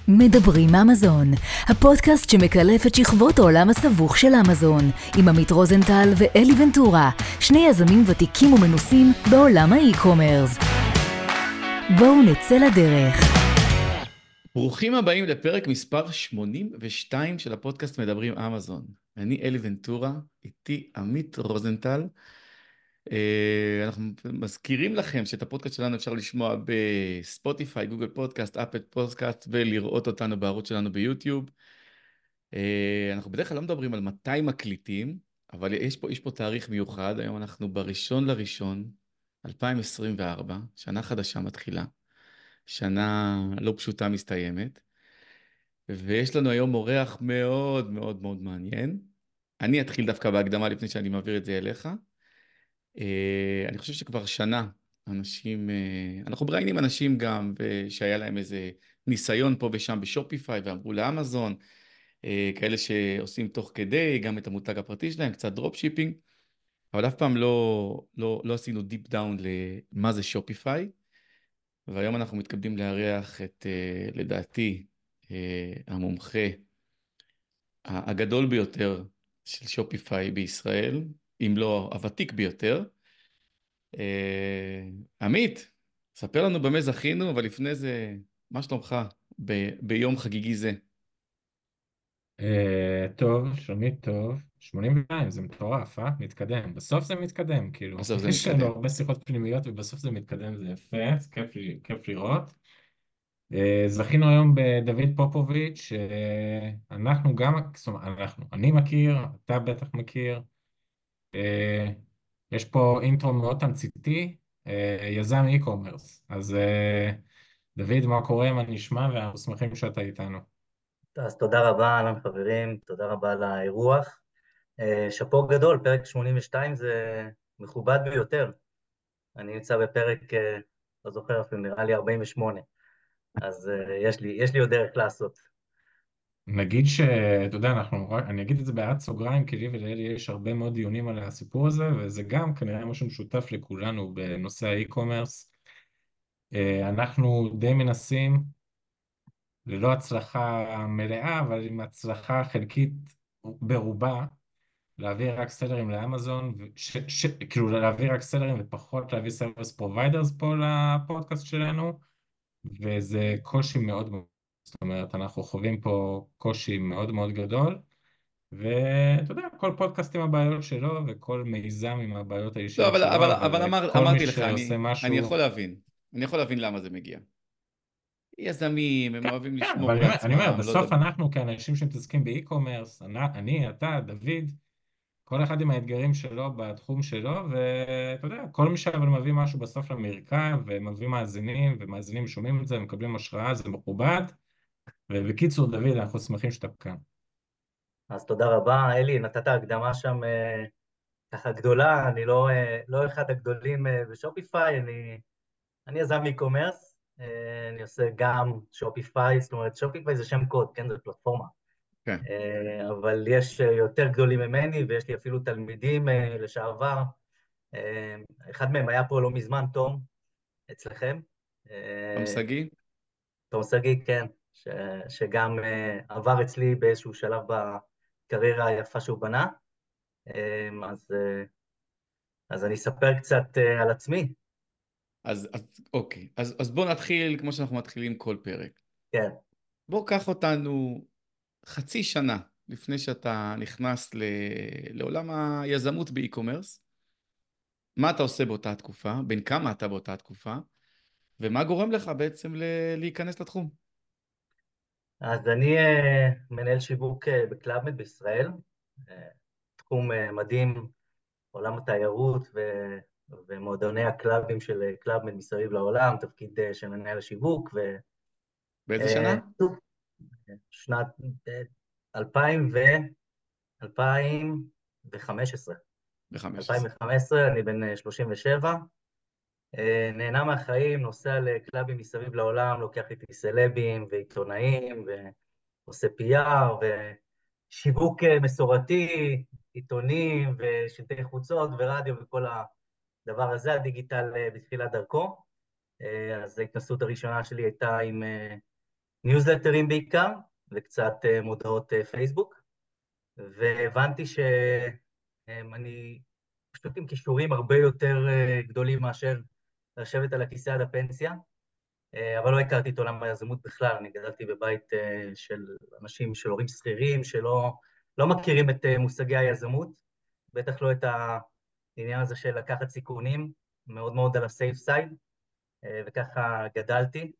מדברים אמזון, הפודקאסט שמקלף את שכבות העולם הסבוך של אמזון, עם עמית רוזנטל ואלי ונטורה, שני יזמים ותיקים ומנוסים בעולם האי-קומרס. בואו נצא לדרך. ברוכים הבאים לפרק מספר 82 של הפודקאסט מדברים אמזון. אני אלי ונטורה, איתי עמית רוזנטל. אנחנו מזכירים לכם שאת הפודקאסט שלנו אפשר לשמוע בספוטיפיי, גוגל פודקאסט, אפל פודקאסט, ולראות אותנו בערוץ שלנו ביוטיוב. אנחנו בדרך כלל לא מדברים על מתי מקליטים, אבל יש פה תאריך מיוחד. היום אנחנו בראשון לראשון 2024, שנה חדשה מתחילה, שנה לא פשוטה מסתיימת, ויש לנו היום אורח מאוד מאוד מאוד מעניין. אני אתחיל דווקא בהקדמה לפני שאני מעביר את זה אליך. אני חושב שכבר שנה אנשים, אנחנו מראיינים אנשים גם שהיה להם איזה ניסיון פה ושם בשופיפיי ועברו לאמזון, כאלה שעושים תוך כדי גם את המותג הפרטי שלהם, קצת דרופ שיפינג, אבל אף פעם לא עשינו דיפ דאון למה זה שופיפיי. והיום אנחנו מתכבדים לארח את, לדעתי, המומחה הגדול ביותר של שופיפיי בישראל, אם לא הוותיק ביותר. עמית, ספר לנו במה זכינו, אבל לפני זה, מה שלומך ביום חגיגי זה? טוב, שלומי טוב, 82 זה מטורף, מתקדם, בסוף זה מתקדם, כאילו, בסוף זה יש לנו מתקדם. הרבה שיחות פנימיות ובסוף זה מתקדם, זה יפה, זה כיף לראות. זכינו היום בדוד פופוביץ', שאנחנו גם, זאת אומרת, אני מכיר, אתה בטח מכיר. אה, יש פה אינטרו מאוד תמציתי, יזם e-commerce, אז דוד, מה קורה, מה נשמע, ואנחנו שמחים שאתה איתנו. אז תודה רבה, אהלן חברים, תודה רבה על האירוח. שאפו גדול, פרק 82 זה מכובד ביותר. אני נמצא בפרק, לא זוכר אפילו, נראה לי 48, אז יש לי עוד דרך לעשות. נגיד שאתה יודע, אני אגיד את זה בהערת סוגריים, כי לי ולאלי יש הרבה מאוד דיונים על הסיפור הזה, וזה גם כנראה משהו משותף לכולנו בנושא האי-קומרס. אנחנו די מנסים, ללא הצלחה מלאה, אבל עם הצלחה חלקית ברובה, להעביר רק סלרים לאמזון, כאילו להעביר רק סלרים ופחות להביא סרוויס פרוביידרס פה לפודקאסט שלנו, וזה קושי מאוד מאוד, זאת אומרת, אנחנו חווים פה קושי מאוד מאוד גדול, ואתה יודע, כל פודקאסט עם הבעיות שלו, וכל מיזם עם הבעיות לא, האישיות שלו, אבל כל מי אמרתי לך, שעושה אני משהו... יכול להבין. אני יכול להבין למה זה מגיע. יזמים, הם אוהבים כן, אבל לשמור אני אומר, לעצמם, לא יודע. בסוף אנחנו כאנשים שמתעסקים באי-קומרס, אני, אתה, דוד, כל אחד עם האתגרים שלו בתחום שלו, ואתה יודע, כל מי אבל מביא משהו בסוף למרקע, ומביא מאזינים, ומאזינים שומעים את זה, ומקבלים השראה, זה מכובד, ובקיצור, דוד, אנחנו שמחים שאתה כאן. אז תודה רבה, אלי, נתת הקדמה שם ככה גדולה, אני לא אחד הגדולים בשופיפיי, אני יזם e-commerce, אני עושה גם שופיפיי, זאת אומרת, שופיפיי זה שם קוד, כן, זו פלטפורמה. כן. אבל יש יותר גדולים ממני, ויש לי אפילו תלמידים לשעבר. אחד מהם היה פה לא מזמן, תום, אצלכם. תום אה, שגיא? תום שגיא, כן, שגם עבר אצלי באיזשהו שלב בקריירה היפה שהוא בנה. אז אני אספר קצת על עצמי. אוקיי. אז בוא נתחיל כמו שאנחנו מתחילים כל פרק. כן, בוא קח אותנו חצי שנה לפני שאתה נכנס לעולם היזמות באי-קומרס. מה אתה עושה באותה תקופה? בין כמה אתה באותה תקופה? ומה גורם לך בעצם להיכנס לתחום? אז אני מנהל שיווק בקלאבמט בישראל, אה, תחום מדהים, עולם התיירות ומועדוני הקלאבים של קלאבמט מסביב לעולם, תפקיד של מנהל השיווק, באיזה שנה? שנת 2000 2015. ב-15. 2015, אני בן 37, נהנה מהחיים, נוסע לקלאבים מסביב לעולם, לוקח איתי סלבים ועיתונאים, ועושה PR, ושיווק מסורתי, עיתונים ושלטי חוצות ורדיו וכל הדבר הזה, הדיגיטל בתחילת דרכו. אז ההתנסות הראשונה שלי הייתה עם ניוזלטרים בעיקר, וקצת מודעות פייסבוק, והבנתי שאני פשוט עם כישורים הרבה יותר גדולים מאשר לשבת על הכיסא עד הפנסיה, אבל לא הכרתי את עולם היזמות בכלל. אני גדלתי בבית של אנשים, של הורים שכירים, שלא לא מכירים את מושגי היזמות, בטח לא את העניין הזה של לקחת סיכונים, מאוד מאוד על הסייף סייד, וככה גדלתי.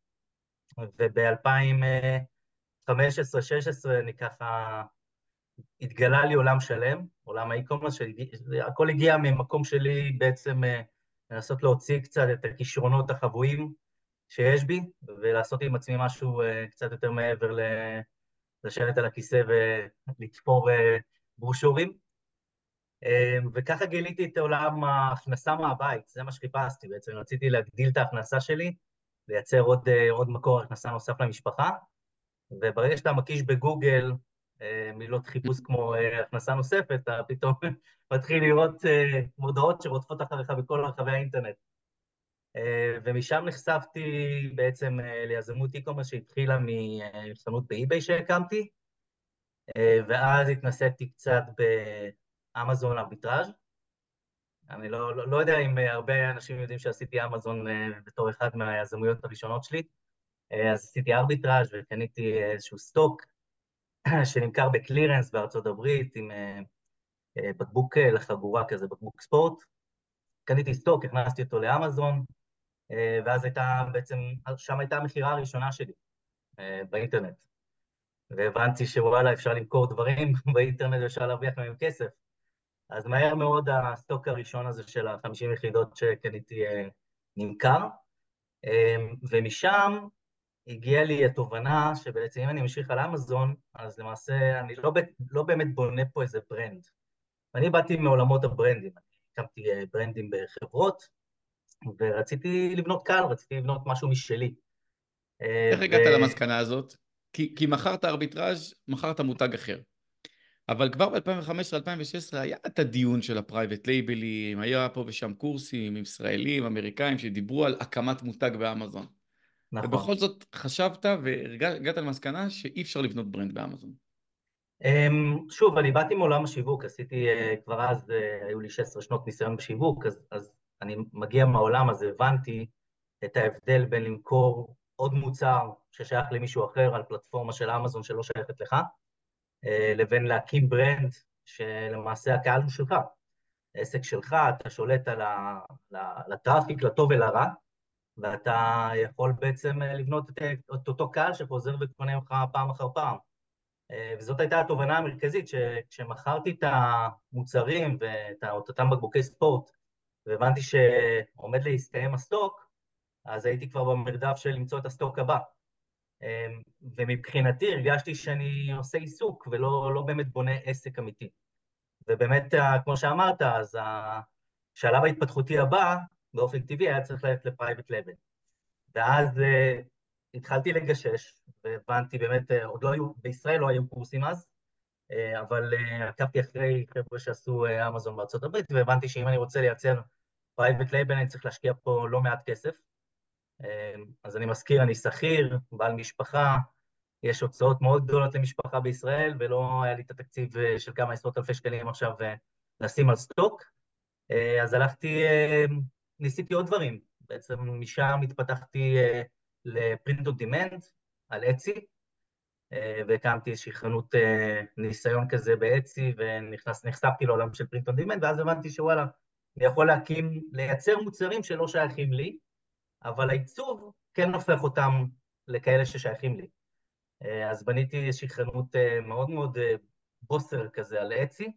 וב-2015-16 אני ככה, התגלה לי עולם שלם, עולם האי-קומרס, הכל הגיע ממקום שלי בעצם לנסות להוציא קצת את הכישרונות החבויים שיש בי, ולעשות עם עצמי משהו קצת יותר מעבר לשבת על הכיסא ולתפור ברושורים. וככה גיליתי את עולם ההכנסה מהבית, זה מה שחיפשתי בעצם, רציתי להגדיל את ההכנסה שלי, לייצר עוד מקור הכנסה נוסף למשפחה, וברגע שאתה מקיש בגוגל מילות חיפוש כמו הכנסה נוספת, אתה פתאום מתחיל לראות מודעות שרודפות אחריך בכל רחבי האינטרנט. ומשם נחשפתי בעצם ליזמות אי-קומרס שהתחילה מחנות באי-ביי שהקמתי, ואז התנסיתי קצת באמזון ארביטראז'. אני לא יודע אם הרבה אנשים יודעים שעשיתי אמזון בתור אחד מהיזמויות הראשונות שלי, אז עשיתי ארביטראז' וקניתי איזשהו סטוק שנמכר בקלירנס בארצות הברית עם בקבוק לחגורה כזה, בקבוק ספורט. קניתי סטוק, הכנסתי אותו לאמזון, ואז שם הייתה המכירה הראשונה שלי באינטרנט. והבנתי שוואלה, אפשר למכור דברים באינטרנט ואפשר להרוויח מהם כסף. אז מהר מאוד הסטוק הראשון הזה של ה-50 יחידות שקניתי נמכר, ומשם הגיעה לי התובנה שבעצם אם אני ממשיך על אמזון, אז למעשה אני לא באמת בונה פה איזה ברנד. אני באתי מעולמות הברנדים, אני הקמתי ברנדים בחברות, ורציתי לבנות קהל, רציתי לבנות משהו משלי. איך הגעת למסקנה הזאת? כי מכרת ארביטראז', מכרת מותג אחר. אבל כבר ב-2015-2016 היה את הדיון של הפרייבט לייבלים, היה פה ושם קורסים עם ישראלים, אמריקאים, שדיברו על הקמת מותג באמזון. נכון. ובכל זאת חשבת והגעת למסקנה שאי אפשר לבנות ברנד באמזון. שוב, אני באתי מעולם השיווק, עשיתי כבר אז, היו לי 16 שנות ניסיון בשיווק, אז אני מגיע מהעולם הזה, הבנתי את ההבדל בין למכור עוד מוצר ששייך למישהו אחר על פלטפורמה של אמזון שלא שייכת לך, לבין להקים ברנד שלמעשה הקהל הוא שלך. עסק שלך, אתה שולט על הטראפיק, לטוב ולרע, ואתה יכול בעצם לבנות את אותו קהל שחוזר וקונה לך פעם אחר פעם. וזאת הייתה התובנה המרכזית, שכשמכרתי את המוצרים ואת אותם בקבוקי ספורט, והבנתי שעומד להסתיים הסטוק, אז הייתי כבר במרדף של למצוא את הסטוק הבא. ומבחינתי הרגשתי שאני עושה עיסוק, ולא באמת בונה עסק אמיתי. ובאמת, כמו שאמרת, אז השלב ההתפתחותי הבא, באופן טבעי, היה צריך ללכת לפרייבט לייבל. ואז התחלתי לגשש, והבנתי באמת, עוד לא היו, בישראל לא היו קורסים אז, אבל עקבתי אחרי חבר'ה שעשו אמזון בארצות הברית, והבנתי שאם אני רוצה לייצר פרייבט לייבל, אני צריך להשקיע פה לא מעט כסף. אז אני מזכיר, אני שכיר, בעל משפחה, יש הוצאות מאוד גדולות למשפחה בישראל, ולא היה לי את התקציב של כמה עשרות אלפי שקלים עכשיו לשים על סטוק. אז ניסיתי עוד דברים. בעצם משם התפתחתי לפרינט און דימנד, על אצי, והקמתי איזושהי חנות ניסיון כזה באצי, ונחשפתי לעולם של פרינט און דימנד, ואז הבנתי שוואלה, אני יכול לייצר מוצרים שלא שייכים לי, אבל העיצוב כן הופך אותם לכאלה ששייכים לי. אז בניתי איזושהי חנות מאוד מאוד בוסר כזה על אצי,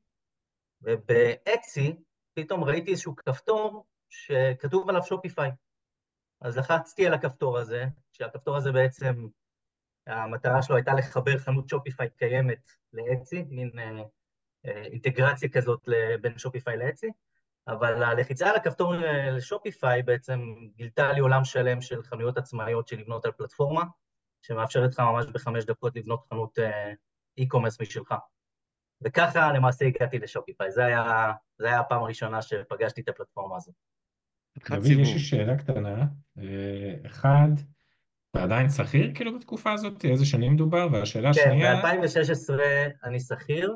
ובאצי פתאום ראיתי איזשהו כפתור שכתוב עליו שופיפיי. אז לחצתי על הכפתור הזה, שהכפתור הזה בעצם, המטרה שלו הייתה לחבר חנות שופיפיי קיימת לאצי, מין אינטגרציה כזאת בין שופיפיי לאצי, אבל הלחיצה על הכפתור לשופיפיי בעצם גילתה לי עולם שלם של חנויות עצמאיות שנבנות על פלטפורמה, שמאפשרת לך ממש ב5 דקות לבנות חנות אי-קומרס משלך. וככה למעשה הגעתי לשופיפיי, זה היה הפעם הראשונה שפגשתי את הפלטפורמה הזו. דוד, יש לי שאלה קטנה. אחד, אתה עדיין שכיר כאילו בתקופה הזאת? איזה שנים מדובר? והשאלה כן, השנייה, ב-2016 אני שכיר,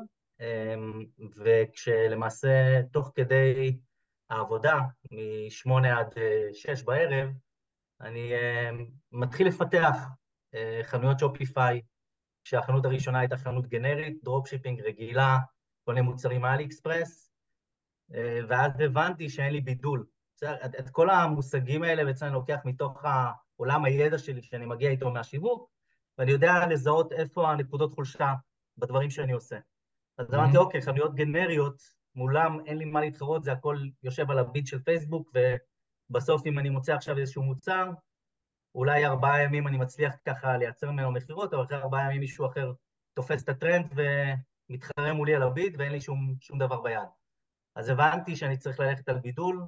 וכשלמעשה תוך כדי העבודה, מ-8 עד 6 בערב, אני מתחיל לפתח חנויות שופיפיי, כשהחנות הראשונה הייתה חנות גנרית, דרופשיפינג רגילה, כל מיני מוצרים מאלי אקספרס, ואז הבנתי שאין לי בידול. בסדר? את כל המושגים האלה בעצם אני לוקח מתוך עולם הידע שלי, שאני מגיע איתו מהשיווק, ואני יודע לזהות איפה הנקודות חולשה בדברים שאני עושה. אז אמרתי, אוקיי, חנויות גנריות, מולם אין לי מה להתחרות, זה הכל יושב על הביט של פייסבוק, ובסוף אם אני מוצא עכשיו איזשהו מוצר, אולי 4 ימים אני מצליח ככה לייצר ממנו מחירות, אבל אחרי 4 ימים מישהו אחר תופס את הטרנד ומתחרה מולי על הביט, ואין לי שום דבר ביד. אז הבנתי שאני צריך ללכת על בידול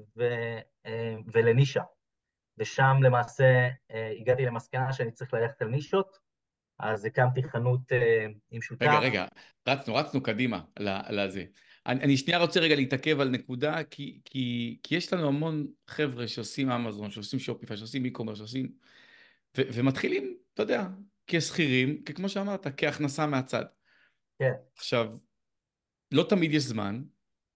ולנישה. ושם למעשה הגעתי למסקנה שאני צריך ללכת על נישות, אז הקמתי חנות עם שותף. רגע, רצנו קדימה לזה. אני שנייה רוצה רגע להתעכב על נקודה, כי יש לנו המון חבר'ה שעושים אמזון, שעושים שופיפיי, שעושים אי-קומרס, שעושים... ומתחילים, אתה יודע, כשכירים, כמו שאמרת, כהכנסה מהצד. כן. עכשיו, לא תמיד יש זמן,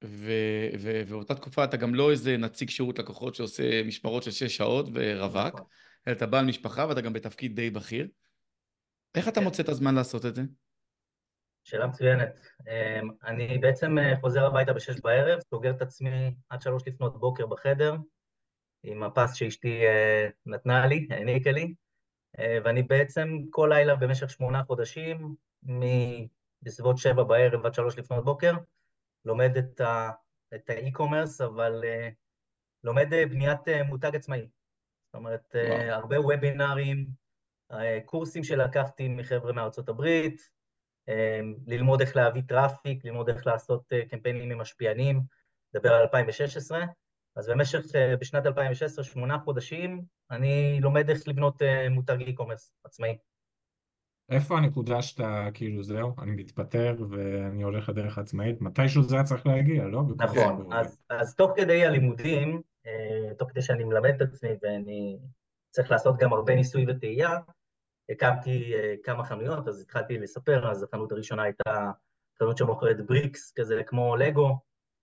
ואותה תקופה אתה גם לא איזה נציג שירות לקוחות שעושה משמרות של 6 שעות ורווק, נכון. אלא אתה בעל משפחה ואתה גם בתפקיד די בכיר. איך אתה כן. מוצא את הזמן לעשות את זה? שאלה מצוינת. אני בעצם חוזר הביתה ב6 בערב, סוגר את עצמי עד 3 לפנות בוקר בחדר, עם הפס שאשתי נתנה לי, העניקה לי, ואני בעצם כל לילה במשך 8 חודשים, בסביבות 7 בערב עד 3 לפנות בוקר, לומד את האי-קומרס, אבל לומד בניית מותג עצמאי. זאת אומרת, וואו. הרבה וובינרים, קורסים שלקחתי מחבר'ה מארצות הברית, ללמוד איך להביא טראפיק, ללמוד איך לעשות קמפיינים עם משפיענים, לדבר על 2016. אז במשך, בשנת 2016, 8 חודשים, אני לומד איך לבנות מותג אי-קומרס עצמאי. איפה הנקודה שאתה כאילו זהו, אני מתפטר ואני הולך לדרך עצמאית? מתישהו זה היה צריך להגיע, לא? בכל נכון, סיפור. אז תוך כדי הלימודים, תוך כדי שאני מלמד את עצמי ואני צריך לעשות גם הרבה ניסוי וטעייה, הקמתי כמה חנויות, אז התחלתי לספר, אז החנות הראשונה הייתה חנות שמוכרת בריקס, כזה כמו לגו.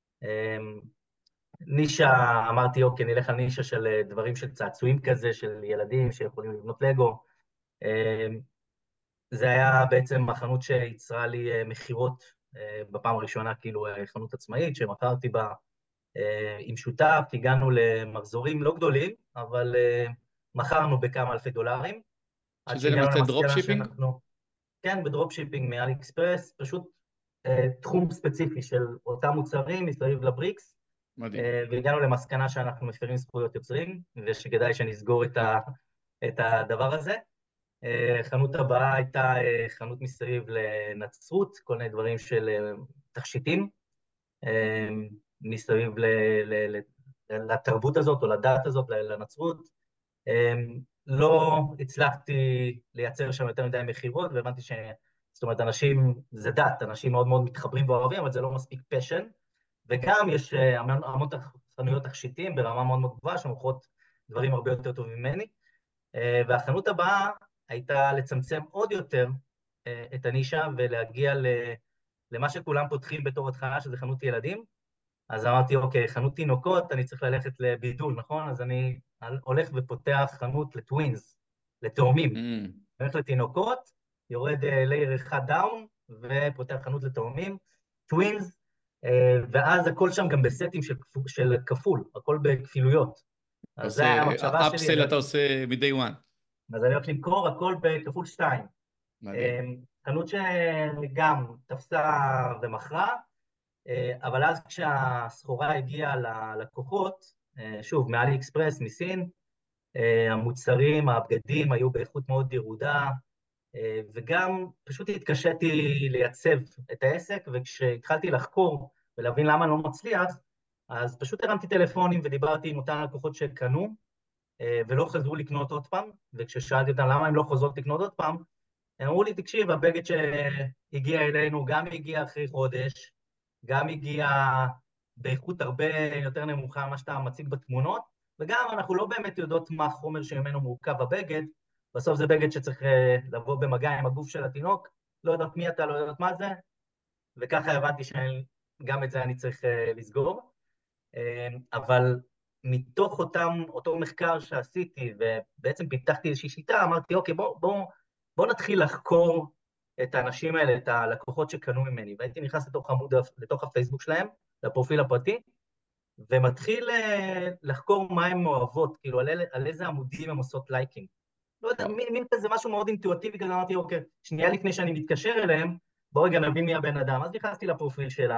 נישה, אמרתי, אוקיי, נלך על נישה של דברים של צעצועים כזה, של ילדים שיכולים לבנות לגו. זה היה בעצם החנות שיצרה לי מחירות בפעם הראשונה, כאילו חנות עצמאית, שמכרתי בה עם שותף, הגענו למחזורים לא גדולים, אבל מכרנו בכמה אלפי דולרים. עד שזה שהגענו למעשה דרופ למסקנה שיפינג? שאנחנו, כן, בדרופ שיפינג מאלי אקספרס, פשוט תחום ספציפי של אותם מוצרים מסביב לבריקס, מדהים. והגענו למסקנה שאנחנו מפרים זכויות יוצרים, ושכדאי שנסגור את הדבר הזה. חנות הבאה הייתה חנות מסביב לנצרות, כל מיני דברים של תכשיטים, מסביב לתרבות הזאת או לדת הזאת, לנצרות. לא הצלחתי לייצר שם יותר מדי מחירות, והבנתי זאת אומרת, אנשים, זה דת, אנשים מאוד מאוד מתחברים ואוהבים, אבל זה לא מספיק פשן, וגם יש המון חנויות תכשיטים ברמה מאוד מאוד גבוהה, שמוכרות דברים הרבה יותר טובים ממני, והחנות הבאה הייתה לצמצם עוד יותר את הנישה, ולהגיע למה שכולם פותחים בתור התחלה, שזה חנות ילדים. אז אמרתי, אוקיי, חנות תינוקות, אני צריך ללכת לבידול, נכון? אז אני הולך ופותח חנות לטווינס, לתאומים. הולך לתינוקות, יורד לייר אחד דאון, ופותח חנות לתאומים, טווינס, ואז הכל שם גם בסטים של כפול, הכל בכפילויות. אז זה היה המחשבה שלי. אפסל אתה עושה מ-day one. אז אני הולך למכור הכל בכפול 2. מדהים. חנות שגם תפסה ומכרה, אבל אז כשהסחורה הגיעה ללקוחות, שוב, מאלי אקספרס, מסין, המוצרים, הבגדים היו באיכות מאוד ירודה, וגם פשוט התקשיתי לייצב את העסק, וכשהתחלתי לחקור ולהבין למה אני לא מצליח, אז פשוט הרמתי טלפונים ודיברתי עם אותם לקוחות שקנו, ולא חזרו לקנות עוד פעם, וכששאלתי אותם למה הם לא חוזרות לקנות עוד פעם, הם אמרו לי, תקשיב, הבגד שהגיע אלינו גם הגיע אחרי חודש, גם הגיע באיכות הרבה יותר נמוכה ממה שאתה מציג בתמונות, וגם אנחנו לא באמת יודעות מה החומר שממנו מורכב הבגד, בסוף זה בגד שצריך לבוא במגע עם הגוף של התינוק, לא יודעת מי אתה, לא יודעת מה זה, וככה הבנתי שגם את זה אני צריך לסגור. אבל מתוך אותו מחקר שעשיתי, ובעצם פיתחתי איזושהי שיטה, אמרתי, אוקיי, בוא נתחיל לחקור את האנשים האלה, את הלקוחות שקנו ממני, והייתי נכנס לתוך הפייסבוק שלהם, לפרופיל הפרטי, ומתחיל לחקור מה הן אוהבות, כאילו על איזה עמודים הן עושות לייקים. לא יודע, מין כזה משהו מאוד אינטואיטיבי, כזה אמרתי, אוקיי, שנייה לפני שאני מתקשר אליהם, בוא רגע נבין מי הבן אדם. אז נכנסתי לפרופיל שלה,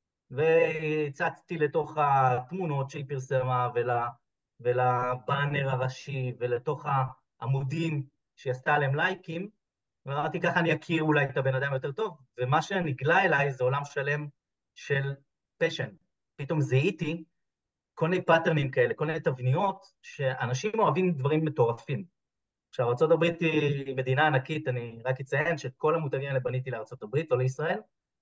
והצצתי לתוך התמונות שהיא פרסמה, ולבאנר הראשי, ולתוך העמודים שהיא עשתה עליהם לייקים, ואמרתי, ככה אני אכיר אולי את הבן אדם יותר טוב, ומה שנגלה אליי זה עולם שלם של פשן. פתאום זיהיתי כל מיני פאטרנים כאלה, כל מיני תבניות, שאנשים אוהבים דברים מטורפים. עכשיו, ארצות הברית היא מדינה ענקית, אני רק אציין שאת כל המותגים האלה בניתי לארצות הברית, לא לישראל,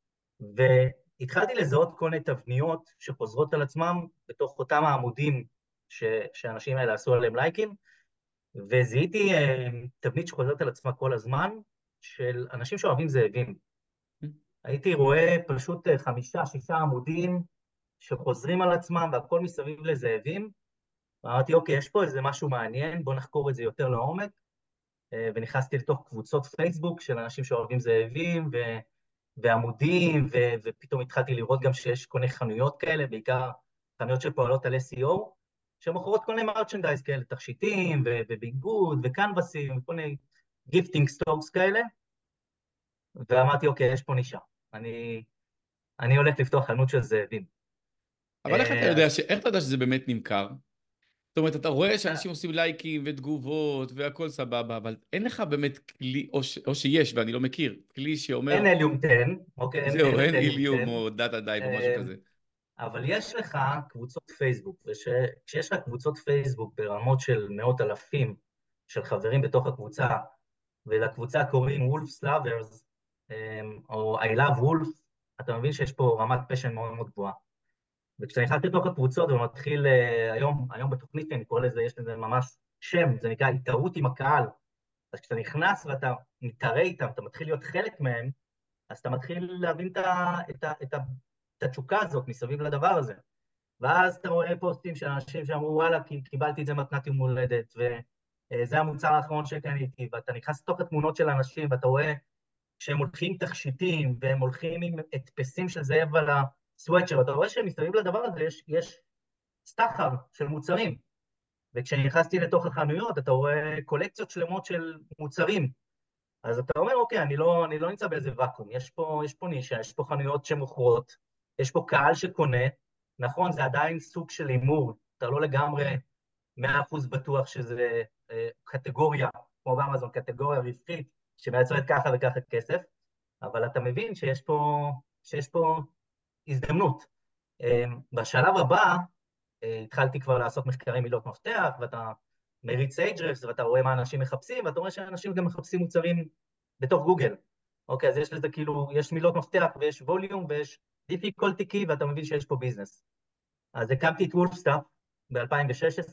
והתחלתי לזהות כל מיני תבניות שחוזרות על עצמם בתוך אותם העמודים שאנשים האלה עשו עליהם לייקים, וזיהיתי תבנית שחוזרת על עצמה כל הזמן, של אנשים שאוהבים זאבים. הייתי רואה פשוט 5-6 עמודים שחוזרים על עצמם, והכל מסביב לזאבים, ואמרתי, אוקיי, יש פה איזה משהו מעניין, בוא נחקור את זה יותר לעומק, ונכנסתי לתוך קבוצות פייסבוק של אנשים שאוהבים זאבים, ועמודים, ופתאום התחלתי לראות גם שיש כל מיני חנויות כאלה, בעיקר חנויות שפועלות על SEO, שמוכרות כל מיני מרצ'נדייז כאלה, תכשיטים, וביגוד, וקנבסים, וכל מיני גיפטינג סטורס כאלה, ואמרתי, אוקיי, יש פה נישה. אני הולך לפתוח חנות של זאבים. אבל איך אתה יודע שזה באמת נמכר? זאת אומרת, אתה רואה שאנשים עושים לייקים ותגובות והכל סבבה, אבל אין לך באמת כלי, או שיש, ואני לא מכיר, כלי שאומר... אין הליום 10, אוקיי? זהו, אין הליום או דאטה דייב או משהו כזה. אבל יש לך קבוצות פייסבוק, וכשיש לך קבוצות פייסבוק ברמות של מאות אלפים של חברים בתוך הקבוצה, ולקבוצה קוראים Wolf's Lovers, או I Love Wolf, אתה מבין שיש פה רמת פשן מאוד מאוד גבוהה. וכשאתה נכנס לתוך הקבוצות ומתחיל היום בתוכנית, אני קורא לזה, יש לזה ממש שם, זה נקרא התערות עם הקהל. אז כשאתה נכנס ואתה מתערה איתם, אתה מתחיל להיות חלק מהם, אז אתה מתחיל להבין את התשוקה הזאת מסביב לדבר הזה. ואז אתה רואה פוסטים של אנשים שאמרו, וואלה, קיבלתי את זה מתנת יום הולדת, וזה המוצר האחרון שקניתי, ואתה נכנס לתוך התמונות של אנשים, ואתה רואה שהם הולכים תכשיטים, והם הולכים עם הדפסים של זאב על הסוואטשר, אתה רואה שמסביב לדבר הזה יש סטחר של מוצרים. וכשנכנסתי לתוך החנויות, אתה רואה קולקציות שלמות של מוצרים. אז אתה אומר, אוקיי, אני לא נמצא באיזה ואקום, יש פה נישה, יש פה חנויות שמוכרות, יש פה קהל שקונה, נכון, זה עדיין סוג של הימור, אתה לא לגמרי 100% בטוח שזה קטגוריה, כמו באמזון, קטגוריה רווחית, שמייצרת ככה וככה כסף, אבל אתה מבין שיש פה הזדמנות. בשלב הבא, התחלתי כבר לעשות מחקרי מילות מפתח, ואתה מריץ אייג'רס, ואתה רואה מה אנשים מחפשים, ואתה רואה שאנשים גם מחפשים מוצרים בתוך גוגל. אוקיי, אז יש לזה כאילו, יש מילות מפתח, ויש ווליום, ויש difficulty key, ואתה מבין שיש פה ביזנס. אז הקמתי את וולפסטאפ ב-2016,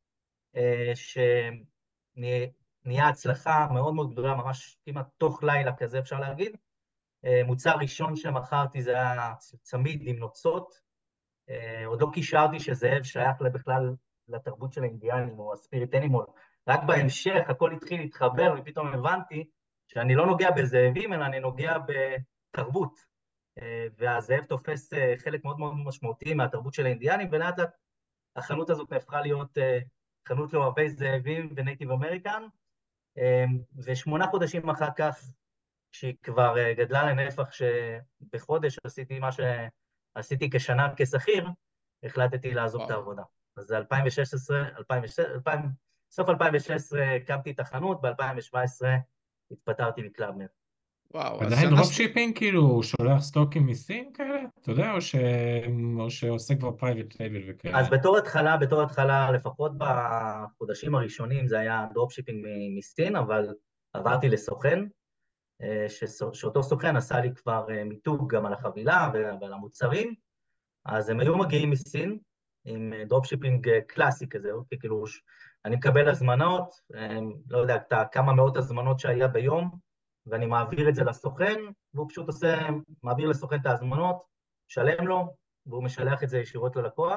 שנהיה הצלחה מאוד מאוד גדולה, ממש כמעט תוך לילה כזה אפשר להגיד. מוצר ראשון שמכרתי זה היה צמיד עם נוצות, עוד לא קישרתי שזאב שייך בכלל לתרבות של האינדיאנים או הספיריט אנימול, רק בהמשך הכל התחיל להתחבר ופתאום הבנתי שאני לא נוגע בזאבים אלא אני נוגע בתרבות, והזאב תופס חלק מאוד מאוד משמעותי מהתרבות של האינדיאנים, ולאט לאט החנות הזאת הפכה להיות חנות לאוהבי זאבים ונייטיב אמריקן, ו8 חודשים אחר כך, כשהיא כבר גדלה לנפח שבחודש עשיתי מה שעשיתי כשנה כשכיר, החלטתי לעזוב את העבודה. אז זה 2016, סוף 2016 הקמתי את החנות, ב-2017 התפטרתי מקלאבמר. וואו, עדיין דרופשיפינג כאילו שולח סטוקים מסין כאלה? אתה יודע, או שעושה כבר פרייבט לייבל וכאלה? אז בתור התחלה, לפחות בחודשים הראשונים זה היה דרופשיפינג מסין, אבל עברתי לסוכן, שאותו סוכן עשה לי כבר מיתוג גם על החבילה ועל המוצרים, אז הם היו מגיעים מסין עם דרופשיפינג קלאסי כזה, כאילו אני מקבל הזמנות, לא יודע, כמה מאות הזמנות שהיה ביום, ואני מעביר את זה לסוכן, והוא פשוט מעביר לסוכן את ההזמנות, משלם לו, והוא משלח את זה ישירות ללקוח.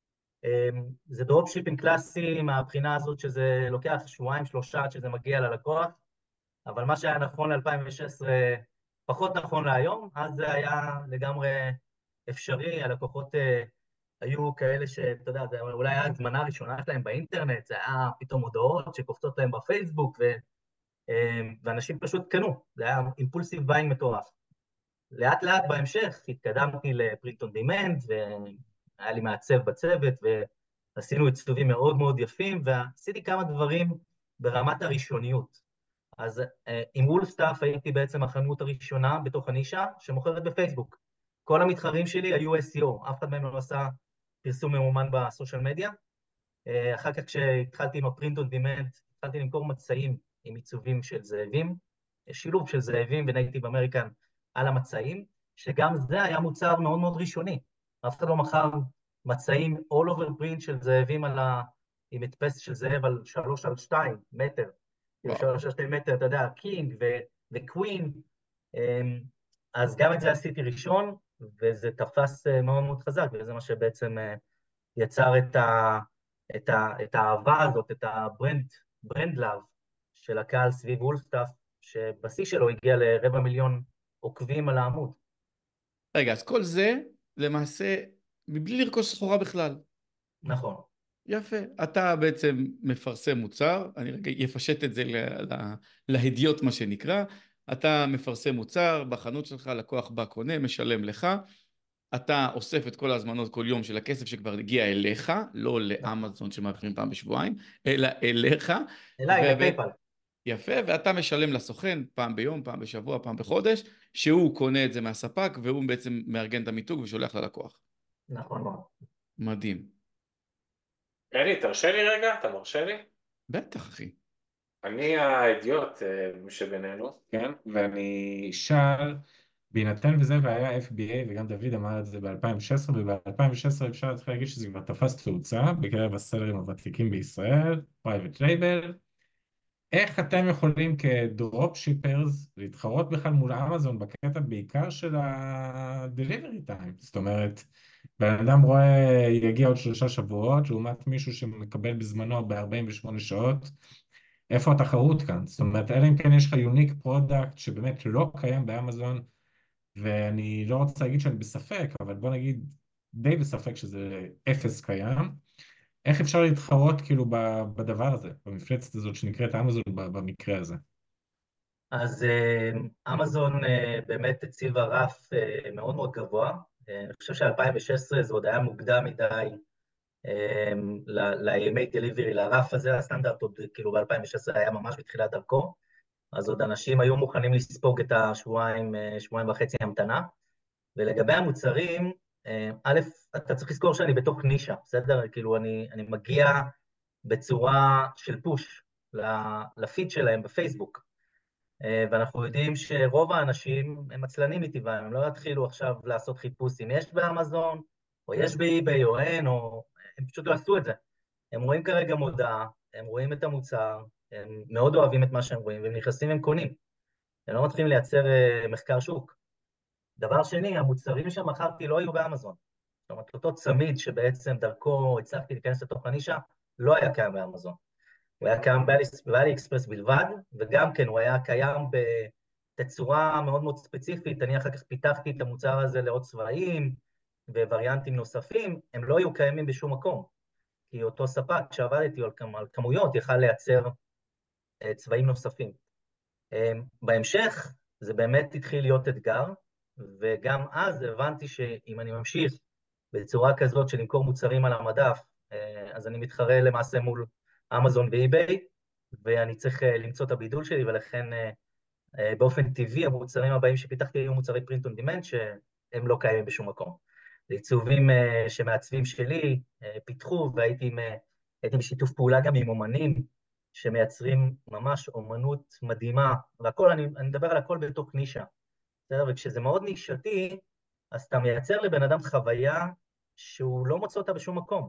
זה דרופשיפינג קלאסי מהבחינה הזאת שזה לוקח שבועיים, שלושה עד שזה מגיע ללקוח, אבל מה שהיה נכון ל-2016 פחות נכון להיום, אז זה היה לגמרי אפשרי, הלקוחות היו כאלה שאתה יודע, זה אולי היה הזמנה הראשונה שלהם באינטרנט, זה היה פתאום הודעות שקופצות להם בפייסבוק, ואנשים פשוט קנו, זה היה אימפולסיב ביינג מטורף. לאט לאט בהמשך התקדמתי לפרינט און דימנד, והיה לי מעצב בצוות, ועשינו עיצובים מאוד מאוד יפים, ועשיתי כמה דברים ברמת הראשוניות. אז עם וולפסטאף הייתי בעצם החנות הראשונה בתוך הנישה שמוכרת בפייסבוק. כל המתחרים שלי היו SEO, אף אחד מהם לא עשה פרסום ממומן בסושיאל מדיה. אחר כך כשהתחלתי עם הפרינט און דימנד, התחלתי למכור מצעים עם עיצובים של זאבים, שילוב של זאבים ונייטיב אמריקן על המצעים, שגם זה היה מוצר מאוד מאוד ראשוני. אף אחד לא מכר מצעים all over print של זאבים עם הדפס של זאב על 3x2 מטר. 3x2 מטר, אתה יודע, קינג וקווין. אז גם את זה עשיתי ראשון, וזה תפס מאוד מאוד חזק, וזה מה שבעצם יצר את האהבה הזאת, את הברנד לאב של הקהל סביב וולפסטאף, שבשיא שלו הגיע ל250,000 עוקבים על העמוד. רגע, אז כל זה למעשה מבלי לרכוש סחורה בכלל. נכון. יפה. אתה בעצם מפרסם מוצר, אני רגע אפשט את זה להדיוט מה שנקרא, אתה מפרסם מוצר, בחנות שלך לקוח בא קונה, משלם לך, אתה אוסף את כל ההזמנות כל יום של הכסף שכבר הגיע אליך, לא לאמזון שמעבירים פעם בשבועיים, אלא אליך. אליי, לפייפל. יפה, ואתה משלם לסוכן פעם ביום, פעם בשבוע, פעם בחודש, שהוא קונה את זה מהספק, והוא בעצם מארגן את המיתוג ושולח ללקוח. נכון מאוד. מדהים. אלי, תרשה לי רגע? אתה מרשה לי? בטח, אחי. אני האידיוט שבינינו, כן? ואני שאל, בהינתן וזה, והיה FBA, וגם דוד אמר את זה ב-2016, וב-2016 אפשר להתחיל להגיד שזה כבר תפס תאוצה בקרב הסלרים הוותיקים בישראל, פרייבט לייבל. איך אתם יכולים כדרופ שיפרס להתחרות בכלל מול אמזון בקטע בעיקר של ה-delivery time? זאת אומרת, בן אדם רואה יגיע עוד 3 שבועות, לעומת מישהו שמקבל בזמנו ב-48 שעות. איפה התחרות כאן? זאת אומרת, אלא אם כן יש לך יוניק פרודקט שבאמת לא קיים באמזון, ואני לא רוצה להגיד שאני בספק, אבל בוא נגיד די בספק שזה אפס קיים. איך אפשר להתחרות כאילו בדבר הזה, במפלצת הזאת שנקראת אמזון במקרה הזה? אז אמזון באמת הציבה רף מאוד מאוד גבוה. אני חושב ש-2016 זה עוד היה מוקדם מדי לימי דליברי, לרף הזה, הסטנדרט עוד כאילו ב-2016 היה ממש בתחילת דרכו, אז עוד אנשים היו מוכנים לספוג את השבועיים, שבועיים וחצי המתנה. ולגבי המוצרים, א', אתה צריך לזכור שאני בתוך נישה, בסדר? כאילו אני מגיע בצורה של פוש לפיד שלהם בפייסבוק, ואנחנו יודעים שרוב האנשים הם עצלנים מטבעם, הם לא יתחילו עכשיו לעשות חיפוש אם יש באמזון, או יש באיביי או אין, או הם פשוט לא עשו את זה. הם רואים כרגע מודעה, הם רואים את המוצר, הם מאוד אוהבים את מה שהם רואים, והם נכנסים והם קונים. הם לא מתחילים לייצר מחקר שוק. דבר שני, המוצרים שמכרתי לא היו באמזון. זאת אומרת, אותו צמיד שבעצם דרכו הצלחתי להיכנס לתוך הנישה, לא היה קיים באמזון. הוא היה קיים באלי אקספרס בלבד, וגם כן הוא היה קיים בתצורה מאוד מאוד ספציפית. אני אחר כך פיתחתי את המוצר הזה לעוד צבעים ווריאנטים נוספים, הם לא היו קיימים בשום מקום, כי אותו ספק שעבדתי על כמויות יכל לייצר צבעים נוספים. בהמשך זה באמת התחיל להיות אתגר, וגם אז הבנתי שאם אני ממשיך בצורה כזאת של למכור מוצרים על המדף, אז אני מתחרה למעשה מול אמזון ואיביי, ואני צריך למצוא את הבידול שלי, ולכן באופן טבעי המוצרים הבאים שפיתחתי היו מוצרי פרינט און דימנד, שהם לא קיימים בשום מקום. זה עיצובים שמעצבים שלי פיתחו, והייתי בשיתוף פעולה גם עם אומנים, שמייצרים ממש אומנות מדהימה, והכל, אני מדבר על הכל בתוך נישה. בסדר? וכשזה מאוד נישתי, אז אתה מייצר לבן אדם חוויה שהוא לא מוצא אותה בשום מקום.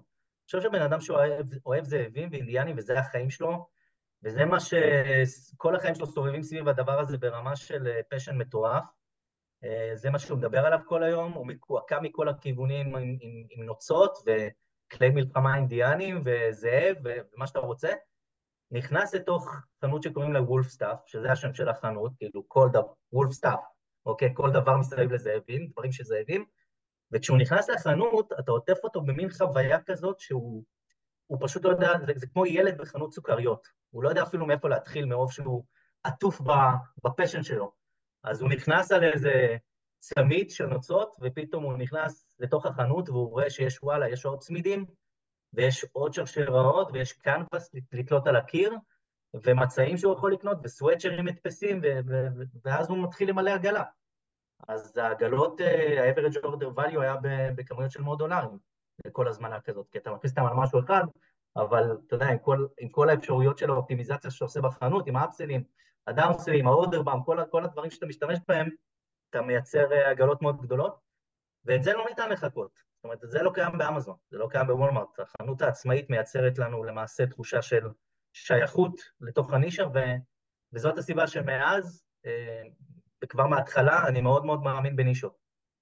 חושב שבן אדם שאוהב זאבים ואינדיאנים, וזה החיים שלו, וזה מה שכל החיים שלו סובבים סביב הדבר הזה ברמה של פשן מטורף. זה מה שהוא מדבר עליו כל היום, הוא מקועקע מכל הכיוונים עם נוצות וכלי מלחמה אינדיאנים וזאב ומה שאתה רוצה. נכנס לתוך חנות שקוראים לה וולף סטאף, שזה השם של החנות, כאילו כל דבר, וולף סטאף, אוקיי? כל דבר מסביב לזאבים, דברים שזאבים, וכשהוא נכנס לחנות, אתה עוטף אותו במין חוויה כזאת שהוא פשוט לא יודע, זה כמו ילד בחנות סוכריות, הוא לא יודע אפילו מאיפה להתחיל מרוב שהוא עטוף בפשן שלו. אז הוא נכנס על איזה צמיד של נוצות, ופתאום הוא נכנס לתוך החנות, והוא רואה שיש וואלה, יש עוד צמידים, ויש עוד שרשראות, ויש קנבס לתלות על הקיר, ומצעים שהוא יכול לקנות, וסוואצ'רים מדפסים, ואז הוא מתחיל למלא עגלה. אז העגלות, ה-average order value היה בכמויות של $100 לכל הזמנה כזאת, כי אתה מכניס אותם על משהו אחד, אבל אתה יודע, עם כל האפשרויות של האופטימיזציה שאתה עושה בחנות, עם האפסלים, הדאונסלים, האורדרבאם, כל הדברים שאתה משתמש בהם, אתה מייצר עגלות מאוד גדולות, ואת זה לא ניתן לחכות. זאת אומרת, זה לא קיים באמזון, זה לא קיים בוולמארט. החנות העצמאית מייצרת לנו למעשה תחושה של שייכות לתוך הנישה, וזאת הסיבה שמאז, וכבר מההתחלה, אני מאוד מאוד מאמין בנישות.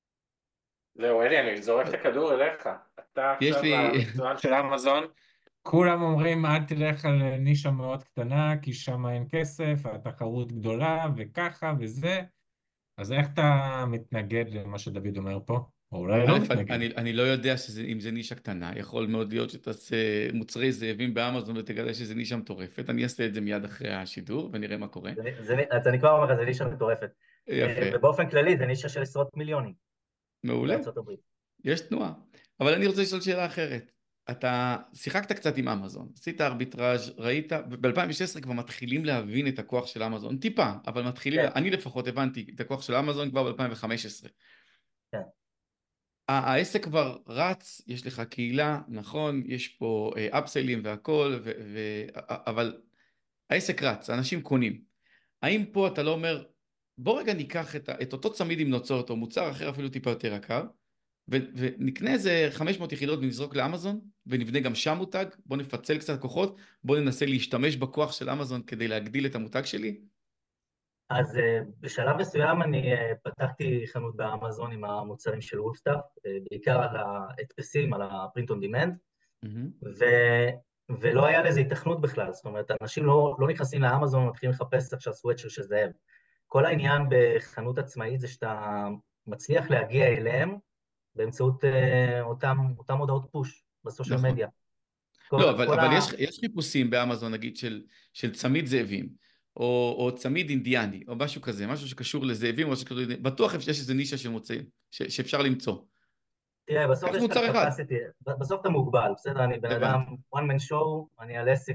זהו, אלי, אני זורק את הכדור אליך. אתה יש עכשיו לי... המקצוען של אמזון, כולם אומרים אל תלך על נישה מאוד קטנה, כי שם אין כסף, התחרות גדולה, וככה וזה. אז איך אתה מתנגד למה שדוד אומר פה? או אולי א', לא מתנגד. אני לא יודע אם זה נישה קטנה, יכול מאוד להיות שתעשה מוצרי זאבים באמזון ותגלה שזה נישה מטורפת, אני אעשה את זה מיד אחרי השידור ונראה מה קורה. אז אני כבר אומר לך, זה נישה מטורפת. יפה, ובאופן כללי, זה נישה של עשרות מיליונים מעולה, בארצות הברית. יש תנועה. אבל אני רוצה לשאול שאלה אחרת. אתה שיחקת קצת עם אמזון, עשית ארביטראז', ראית, ב-2016 כבר מתחילים להבין את הכוח של אמזון, טיפה, אבל מתחילים, כן. אני לפחות הבנתי את הכוח של אמזון כבר ב-2015. כן. העסק כבר רץ, יש לך קהילה, נכון, יש פה אפסלים והכל, אבל העסק רץ, אנשים קונים. האם פה אתה לא אומר, בוא רגע ניקח את אותו צמיד עם נוצות, או מוצר אחר אפילו טיפה יותר יקר, ונקנה איזה 500 יחידות ונזרוק לאמזון, ונבנה גם שם מותג, בוא נפצל קצת כוחות, בוא ננסה להשתמש בכוח של אמזון כדי להגדיל את המותג שלי? אז בשלב מסוים אני פתחתי חנות באמזון עם המוצרים של וולפסטאפ, בעיקר על ההדפסים, על הפרינט און דימנד, ולא היה לזה התכנות בכלל, זאת אומרת, אנשים לא נכנסים לאמזון ומתחילים לחפש עכשיו סוואצ'ר של זאב. כל העניין בחנות עצמאית זה שאתה מצליח להגיע אליהם באמצעות אותם הודעות פוש בסושיאל נכון. מדיה. לא, אבל יש חיפושים באמזון, נגיד, של צמיד זאבים, או צמיד אינדיאני, או משהו כזה, משהו שקשור לזאבים, או שקשור... בטוח יש איזה נישה של מוצאים, שאפשר למצוא. תראה, בסוף קח יש לך מוצר אחד. capacity, בסוף אתה מוגבל, בסדר? אני בן אדם, one man show, אני על עסק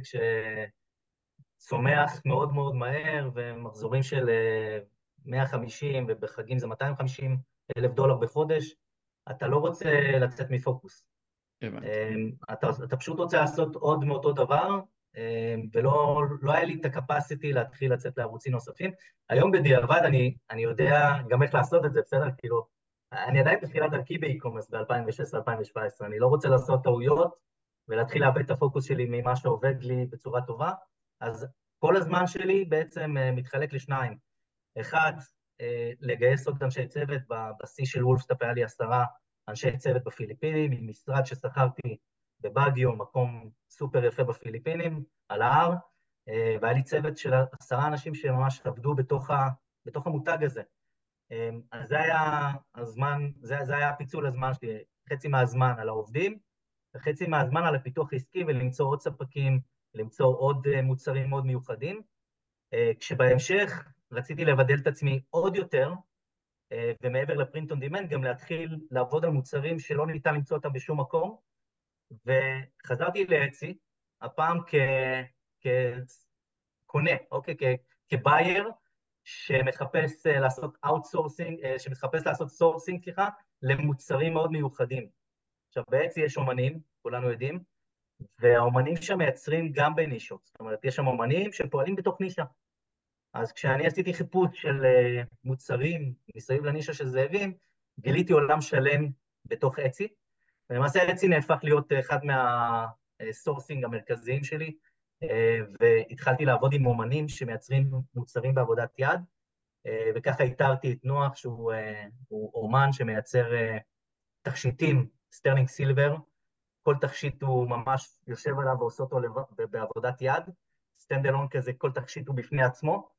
שצומח מאוד מאוד מהר, ומחזורים של 150, ובחגים זה 250 אלף דולר בחודש, אתה לא רוצה לצאת מפוקוס. הבנתי. אתה פשוט רוצה לעשות עוד מאותו דבר, ולא היה לי את הקפסיטי להתחיל לצאת לערוצים נוספים. היום בדיעבד אני יודע גם איך לעשות את זה, בסדר? כאילו, אני עדיין בתחילת דרכי באי-קומרס ב-2016-2017, אני לא רוצה לעשות טעויות ולהתחיל לאבד את הפוקוס שלי ממה שעובד לי בצורה טובה, אז כל הזמן שלי בעצם מתחלק לשניים. אחד, לגייס עוד אנשי צוות, בשיא של וולפסטאפ היה לי 10 אנשי צוות בפיליפינים, עם משרד ששכרתי בבאגיו, מקום סופר יפה בפיליפינים, על ההר, והיה לי צוות של 10 אנשים שממש עבדו בתוך המותג הזה. אז זה היה הזמן, זה היה פיצול הזמן שלי, חצי מהזמן על העובדים, וחצי מהזמן על הפיתוח העסקי, ולמצוא עוד ספקים, למצוא עוד מוצרים מאוד מיוחדים. כשבהמשך רציתי לבדל את עצמי עוד יותר, ומעבר לפרינט און דימנד, גם להתחיל לעבוד על מוצרים שלא ניתן למצוא אותם בשום מקום, וחזרתי לאצי, הפעם כקונה, אוקיי, כבייר, שמחפש לעשות אאוטסורסינג, שמחפש לעשות סורסינג, סליחה, למוצרים מאוד מיוחדים. עכשיו, באצי יש אומנים, כולנו יודעים, והאומנים שם מייצרים גם בנישות, זאת אומרת, יש שם אומנים שפועלים בתוך נישה. אז כשאני עשיתי חיפוש של מוצרים מסביב לנישה של זאבים, גיליתי עולם שלם בתוך אצי, ולמעשה אצי נהפך להיות אחד מהסורסינג המרכזיים שלי, והתחלתי לעבוד עם אומנים שמייצרים מוצרים בעבודת יד, וככה איתרתי את נוח, שהוא אומן שמייצר תכשיטים, סטרלינג סילבר, כל תכשיט הוא ממש יושב עליו ועושה אותו בעבודת יד, סטנד אלון כזה, כל תכשיט הוא בפני עצמו,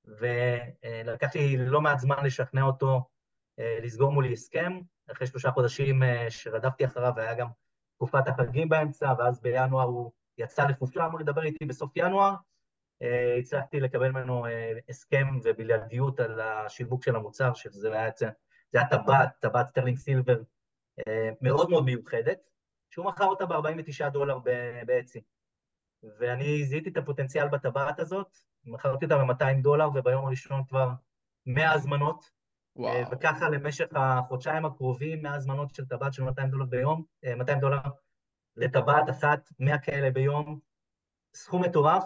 ולקח לי לא מעט זמן לשכנע אותו לסגור מולי הסכם, אחרי 3 חודשים שרדפתי אחריו, והיה גם תקופת החגים באמצע, ואז בינואר הוא יצא לחופשה, אמור לדבר איתי בסוף ינואר, הצלחתי לקבל ממנו הסכם ובלעדיות על השיווק של המוצר, שזה היה טבעת סטרלינג סילבר מאוד מאוד מיוחדת, שהוא מכר אותה ב$49 באצי. ואני זיהיתי את הפוטנציאל בטבעת הזאת, מכרתי אותה ב$200, וביום הראשון כבר 100 הזמנות, וואו. וככה למשך החודשיים הקרובים, 100 הזמנות של טבעת של $200 ביום, $200 לטבעת אחת, 100 כאלה ביום, סכום מטורף,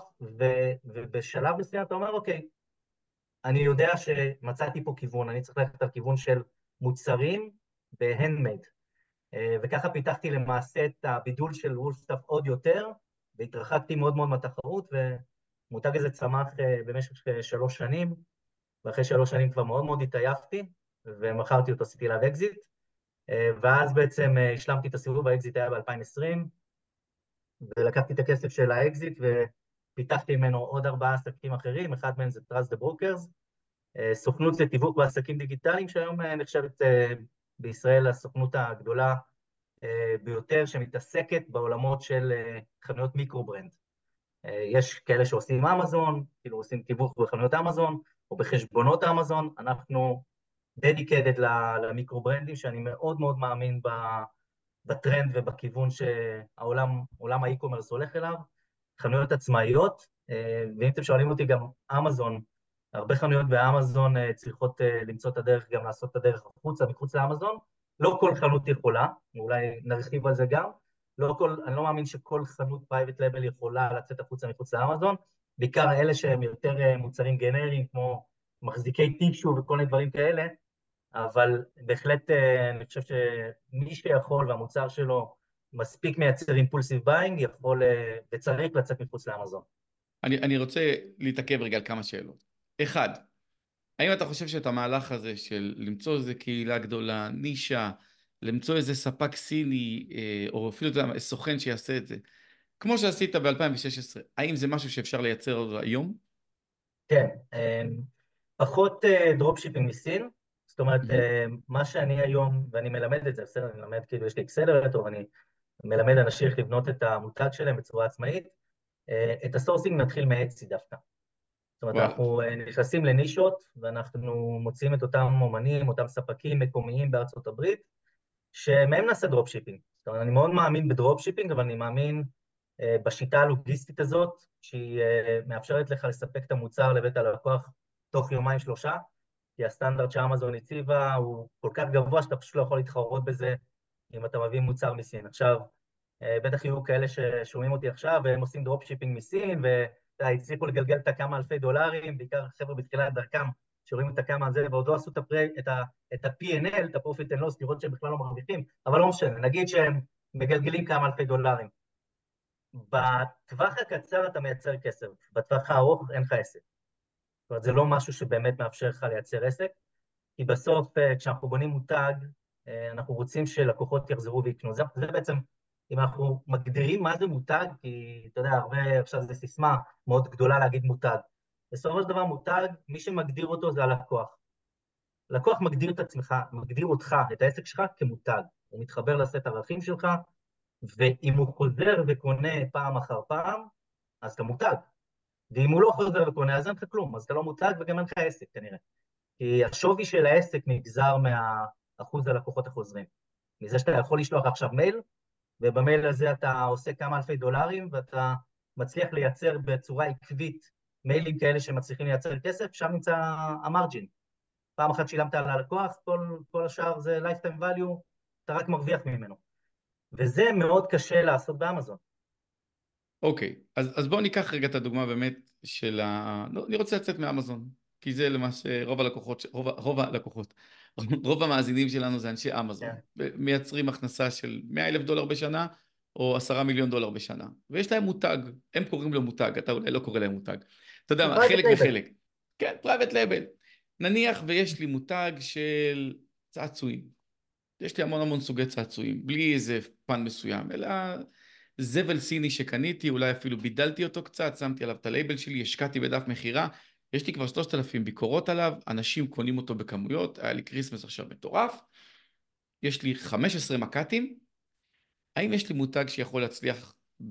ובשלב מסוים אתה אומר, אוקיי, אני יודע שמצאתי פה כיוון, אני צריך ללכת על כיוון של מוצרים בהנדמייד, וככה פיתחתי למעשה את הבידול של וולפסטאפ עוד יותר, והתרחקתי מאוד מאוד מהתחרות, ומותג הזה צמח במשך 3 שנים, ואחרי 3 שנים כבר מאוד מאוד התעייפתי, ומכרתי אותו, עשיתי עליו אקזיט, ואז בעצם השלמתי את הסיבוב, האקזיט היה ב-2020, ולקחתי את הכסף של האקזיט, ופיתחתי ממנו עוד 4 עסקים אחרים, אחד מהם זה Trust the Brokers, סוכנות לתיווך בעסקים דיגיטליים, שהיום נחשבת בישראל הסוכנות הגדולה ביותר, שמתעסקת בעולמות של חנויות מיקרו-ברנד. יש כאלה שעושים אמזון, כאילו עושים תיווך בחנויות אמזון, או בחשבונות אמזון, אנחנו dedicated למיקרו-ברנדים, שאני מאוד מאוד מאמין בטרנד ובכיוון שהעולם האי-קומרס הולך אליו, חנויות עצמאיות, ואם אתם שואלים אותי גם אמזון, הרבה חנויות באמזון צריכות למצוא את הדרך, גם לעשות את הדרך החוצה, מחוץ לאמזון, לא כל חנות יכולה, אולי נרחיב על זה גם, אני לא מאמין שכל חנות פרייבט לבל יכולה לצאת החוצה מחוץ לאמזון, בעיקר אלה שהם יותר מוצרים גנריים, כמו מחזיקי טישו וכל מיני דברים כאלה, אבל בהחלט אני חושב שמי שיכול והמוצר שלו מספיק מייצר אימפולסיב ביינג, יכול וצריך לצאת מחוץ לאמזון. אני רוצה להתעכב רגע על כמה שאלות. אחד, האם אתה חושב שאת המהלך הזה של למצוא איזו קהילה גדולה, נישה, למצוא איזה ספק סיני, או אפילו סוכן שיעשה את זה, כמו שעשית ב-2016, האם זה משהו שאפשר לייצר אותו היום? כן, פחות דרופשיפינג מסין, זאת אומרת, מה שאני היום, ואני מלמד את זה, בסדר, אני מלמד, כאילו יש לי אקסלרטור, ואני מלמד אנשים איך לבנות את המותג שלהם בצורה עצמאית, את הסורסינג נתחיל מאצי דווקא. זאת אומרת, אנחנו נכנסים לנישות, ואנחנו מוצאים את אותם אומנים, אותם ספקים מקומיים בארצות הברית, שמהם נעשה דרופשיפינג. זאת אומרת, אני מאוד מאמין בדרופשיפינג, אבל אני מאמין בשיטה הלוגיסטית הזאת, שהיא מאפשרת לך לספק את המוצר לבית הלקוח תוך 2-3, כי הסטנדרט שאמזון הציבה הוא כל כך גבוה, שאתה פשוט לא יכול להתחרות בזה אם אתה מביא מוצר מסין. עכשיו, בטח יהיו כאלה ששומעים אותי עכשיו, והם עושים דרופשיפינג מסין, והצליחו לגלגל את כמה אלפי דולרים, בעיקר חבר'ה בתחילת דרכם, שרואים את הכמה הזה, ועוד לא עשו את ה-P&L, את ה-Profit and Loss, לראות שהם בכלל לא מרוויחים, אבל לא משנה, נגיד שהם מגלגלים כמה אלפי דולרים. בטווח הקצר אתה מייצר כסף, בטווח הארוך אין לך עסק. זאת אומרת, זה לא משהו שבאמת מאפשר לך לייצר עסק, כי בסוף כשאנחנו בונים מותג, אנחנו רוצים שלקוחות יחזרו ויקנו. זה בעצם, אם אנחנו מגדירים מה זה מותג, כי אתה יודע, הרבה עכשיו זה סיסמה מאוד גדולה להגיד מותג. בסופו של דבר מותג, מי שמגדיר אותו זה הלקוח. לקוח מגדיר את עצמך, מגדיר אותך, את העסק שלך כמותג. הוא מתחבר לסט ערכים שלך, ואם הוא חוזר וקונה פעם אחר פעם, אז אתה מותג. ואם הוא לא חוזר וקונה, אז אין לך כלום, אז אתה לא מותג וגם אין לך עסק כנראה. כי השווי של העסק נגזר מהאחוז הלקוחות החוזרים. מזה שאתה יכול לשלוח עכשיו מייל, ובמייל הזה אתה עושה כמה אלפי דולרים, ואתה מצליח לייצר בצורה עקבית מיילים כאלה שמצליחים לייצר כסף, שם נמצא המרג'ין. פעם אחת שילמת על הלקוח, כל השאר זה lifetime value, אתה רק מרוויח ממנו. וזה מאוד קשה לעשות באמזון. אוקיי, אז בואו ניקח רגע את הדוגמה באמת של לא, אני רוצה לצאת מאמזון, כי זה למעשה רוב הלקוחות, רוב המאזינים שלנו זה אנשי אמזון, כן. מייצרים הכנסה של $100,000 בשנה, או $10 מיליון בשנה, ויש להם מותג, הם קוראים לו מותג, אתה אולי לא קורא להם מותג, אתה יודע זה מה, private חלק label. וחלק, כן, private label, נניח ויש לי מותג של צעצועים, יש לי המון המון סוגי צעצועים, בלי איזה פן מסוים, אלא זבל סיני שקניתי, אולי אפילו בידלתי אותו קצת, שמתי עליו את הלייבל שלי, השקעתי בדף מחירה, יש לי כבר 3,000 ביקורות עליו, אנשים קונים אותו בכמויות, היה לי קריסמס עכשיו מטורף, יש לי 15 מקטים, האם יש לי מותג שיכול להצליח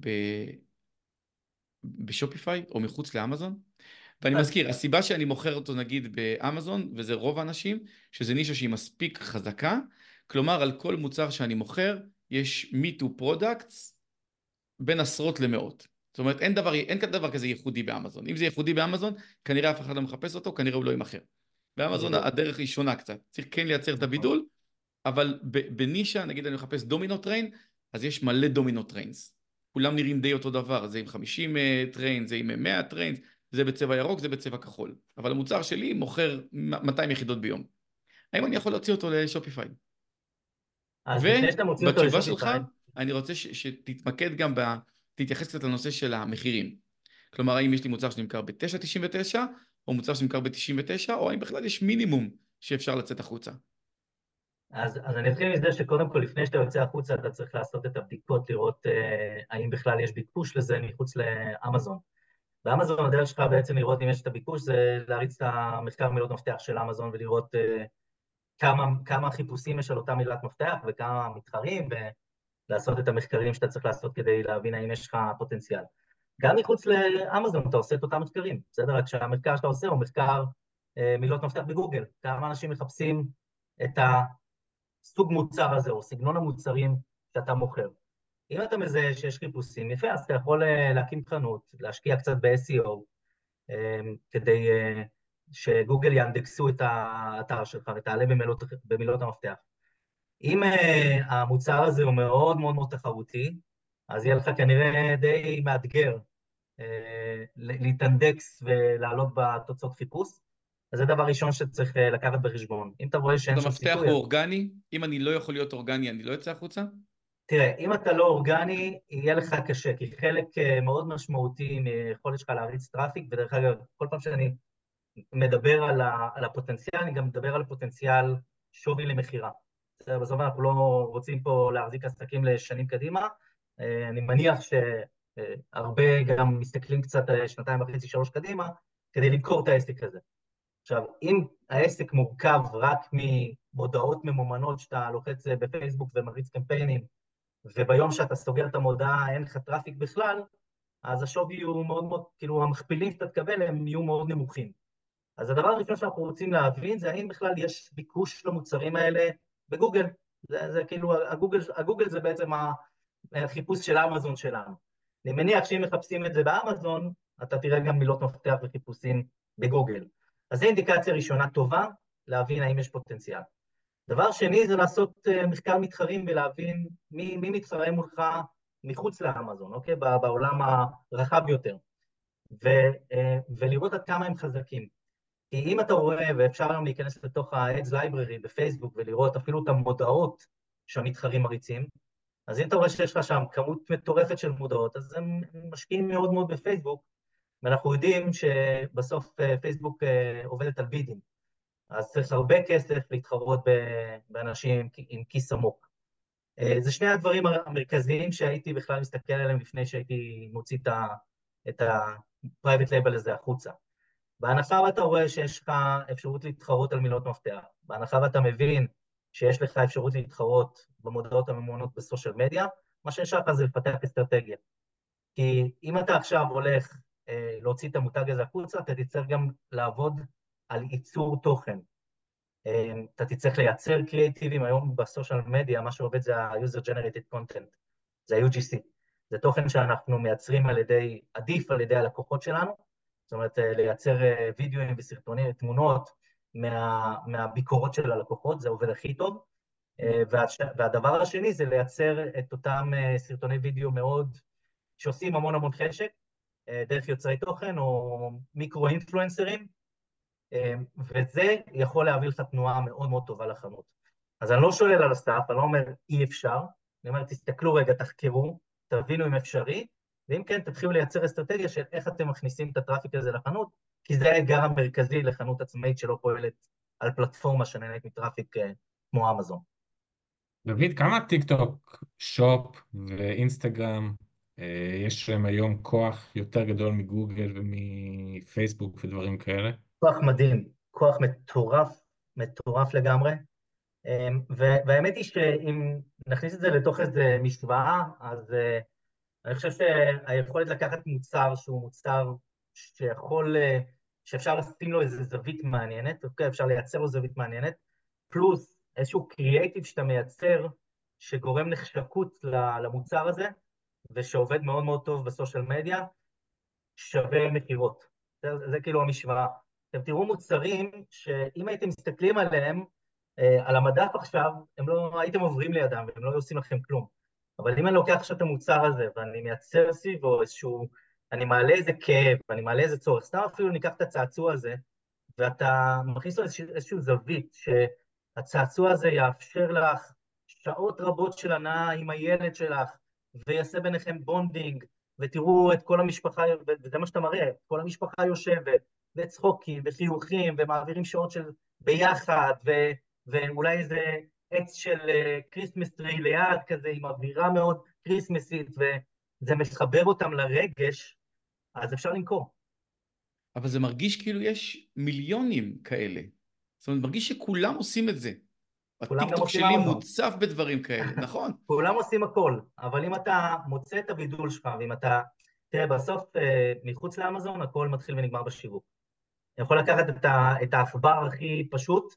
בשופיפיי או מחוץ לאמזון? ואני אז מזכיר, הסיבה שאני מוכר אותו נגיד באמזון, וזה רוב האנשים, שזה נישה שהיא מספיק חזקה, כלומר על כל מוצר שאני מוכר, יש me to products בין עשרות למאות. זאת אומרת, אין דבר כזה ייחודי באמזון. אם זה ייחודי באמזון, כנראה אף אחד לא מחפש אותו, כנראה הוא לא ימכר. באמזון בדיוק. הדרך היא שונה קצת. צריך כן לייצר את נכון. הבידול, אבל בנישה, נגיד אני מחפש דומינו טריין, אז יש מלא דומינו טריינס. כולם נראים די אותו דבר, זה עם 50 טריין, זה עם 100 טריין, זה בצבע ירוק, זה בצבע כחול. אבל המוצר שלי מוכר 200 יחידות ביום. האם אני יכול להוציא אותו לשופיפיי? אז לפני שאתה מוציא אותו ובתשובה שלך, לשופיפיי, אני רוצה שתתמקד גם תתייחס קצת לנושא של המחירים. כלומר, האם יש לי מוצר שנמכר ב-9.99, או מוצר שנמכר ב-99, או האם בכלל יש מינימום שאפשר לצאת החוצה? אז אני אתחיל מזה שקודם כל, לפני שאתה יוצא החוצה, אתה צריך לעשות את הבדיקות, לראות האם בכלל יש ביקוש לזה מחוץ לאמזון. באמזון הדרך שלך בעצם לראות אם יש את הביקוש, זה להריץ את המחקר מילות מפתח של אמזון, ולראות כמה חיפושים יש על אותה מילת מפתח, וכמה מתחרים, ולעשות את המחקרים שאתה צריך לעשות כדי להבין האם יש לך פוטנציאל. גם מחוץ לאמזון אתה עושה את אותם מחקרים, בסדר? רק שהמחקר שאתה עושה הוא מחקר מילות מפתח בגוגל. כמה אנשים מחפשים את הסוג מוצר הזה, או סגנון המוצרים שאתה מוכר. אם אתה מזהה שיש חיפושים, יפה, אז אתה יכול להקים חנות, להשקיע קצת ב-SEO, כדי שגוגל ינדקסו את האתר שלך ותעלה במילות המפתח. אם המוצר הזה הוא מאוד מאוד מאוד תחרותי, אז יהיה לך כנראה די מאתגר להתאנדקס ולעלות בתוצאות חיפוש, אז זה דבר ראשון שצריך לקחת בחשבון. אם אתה רואה שאין שום המפתח סיכוי... הוא אורגני, אם אני לא יכול להיות אורגני, אני לא אצא החוצה? תראה, אם אתה לא אורגני, יהיה לך קשה, כי חלק מאוד משמעותי מיכולת שלך להריץ טראפיק, ודרך אגב, כל פעם שאני מדבר על הפוטנציאל, אני גם מדבר על הפוטנציאל שווי למחירה. בסוף אנחנו לא רוצים פה להחזיק עסקים לשנים קדימה, אני מניח שהרבה גם מסתכלים קצת 2.5-3 קדימה, כדי למכור את העסק הזה. עכשיו, אם העסק מורכב רק ממודעות ממומנות שאתה לוחץ בפייסבוק ומריץ קמפיינים, וביום שאתה סוגר את המודעה אין לך טראפיק בכלל, אז השווי הוא מאוד מאוד, כאילו המכפילים שאתה תקבל הם יהיו מאוד נמוכים. אז הדבר הראשון שאנחנו רוצים להבין זה האם בכלל יש ביקוש למוצרים האלה בגוגל. זה כאילו, הגוגל זה בעצם החיפוש של אמזון שלנו. אני מניח שאם מחפשים את זה באמזון, אתה תראה גם מילות מפתח וחיפושים בגוגל. אז זו אינדיקציה ראשונה טובה להבין האם יש פוטנציאל. דבר שני זה לעשות מחקר מתחרים ולהבין מי מתחרה מולך מחוץ לאמזון, אוקיי? בעולם הרחב יותר. ולראות עד כמה הם חזקים. כי אם אתה רואה, ואפשר היום להיכנס לתוך ה-Ads Library בפייסבוק ולראות אפילו את המודעות שהמתחרים מריצים, אז אם אתה רואה שיש לך שם כמות מטורפת של מודעות, אז הם משקיעים מאוד מאוד בפייסבוק, ואנחנו יודעים שבסוף פייסבוק עובדת על בידים. אז צריך הרבה כסף להתחרות באנשים עם כיס עמוק. זה שני הדברים המרכזיים שהייתי בכלל מסתכל עליהם לפני שהייתי מוציא את ה-private label הזה החוצה. בהנחה ואתה רואה שיש לך אפשרות להתחרות על מילות מפתח, בהנחה ואתה מבין שיש לך אפשרות להתחרות במודעות הממומנות בסושיאל מדיה, מה שיש לך זה לפתח אסטרטגיה. כי אם אתה עכשיו הולך להוציא את המותג הזה החוצה, אתה תצטרך גם לעבוד על ייצור תוכן. אתה תצטרך לייצר קריאטיבים היום בסושיאל מדיה, מה שעובד זה ה-user generated content, זה ה-UGC. זה תוכן שאנחנו מייצרים עדיף על ידי הלקוחות שלנו, זאת אומרת, לייצר וידאוים וסרטונים, תמונות מהביקורות של הלקוחות, זה עובד הכי טוב. והדבר השני זה לייצר את אותם סרטוני וידאו מאוד, שעושים המון המון חשק, דרך יוצרי תוכן או מיקרו-אינפלואנסרים, וזה יכול להביא לך תנועה מאוד מאוד טובה לחנות. אז אני לא שולל על הסף, אני לא אומר אי אפשר, אני אומר תסתכלו רגע, תחקרו, תבינו אם אפשרי, ואם כן תתחילו לייצר אסטרטגיה של איך אתם מכניסים את הטראפיק הזה לחנות, כי זה האתגר המרכזי לחנות עצמאית שלא פועלת על פלטפורמה שנהנית מטראפיק כמו אמזון. דוד, כמה טיק טוק, שופ ואינסטגרם, יש להם היום כוח יותר גדול מגוגל ומפייסבוק ודברים כאלה? כוח מדהים, כוח מטורף, מטורף לגמרי. והאמת היא שאם נכניס את זה לתוך איזה משוואה, אז אני חושב שהיכולת לקחת מוצר שהוא מוצר שיכול, שאפשר לשים לו איזו זווית מעניינת, אוקיי, אפשר לייצר לו זווית מעניינת, פלוס איזשהו קריאייטיב שאתה מייצר, שגורם נחשקות למוצר הזה, ושעובד מאוד מאוד טוב בסושיאל מדיה, שווה מכירות. זה כאילו המשוואה. אתם תראו מוצרים שאם הייתם מסתכלים עליהם, על המדף עכשיו, הם לא, הייתם עוברים לידם והם לא עושים לכם כלום. אבל אם אני לוקח עכשיו את המוצר הזה ואני מייצר סביבו איזשהו, אני מעלה איזה כאב, אני מעלה איזה צורך, סתם אפילו ניקח את הצעצוע הזה, ואתה מכניס לו איזשהו זווית, שהצעצוע הזה יאפשר לך שעות רבות של הנאה עם הילד שלך, ויעשה ביניכם בונדינג, ותראו את כל המשפחה, וזה מה שאתה מראה, כל המשפחה יושבת, וצחוקים, וחיוכים, ומעבירים שעות של ביחד, ואולי איזה עץ של קריסמס טרי ליד כזה, עם אווירה מאוד קריסמסית, וזה מחבר אותם לרגש, אז אפשר למכור. אבל זה מרגיש כאילו יש מיליונים כאלה. זאת אומרת, מרגיש שכולם עושים את זה. כולם גם הטיקטוק עושים שלי אמזון. מוצף בדברים כאלה, נכון? כולם עושים הכל, אבל אם אתה מוצא את הבידול שלך, ואם אתה, תראה, בסוף מחוץ לאמזון, הכל מתחיל ונגמר בשיווק. אני יכול לקחת את העכבר הכי פשוט,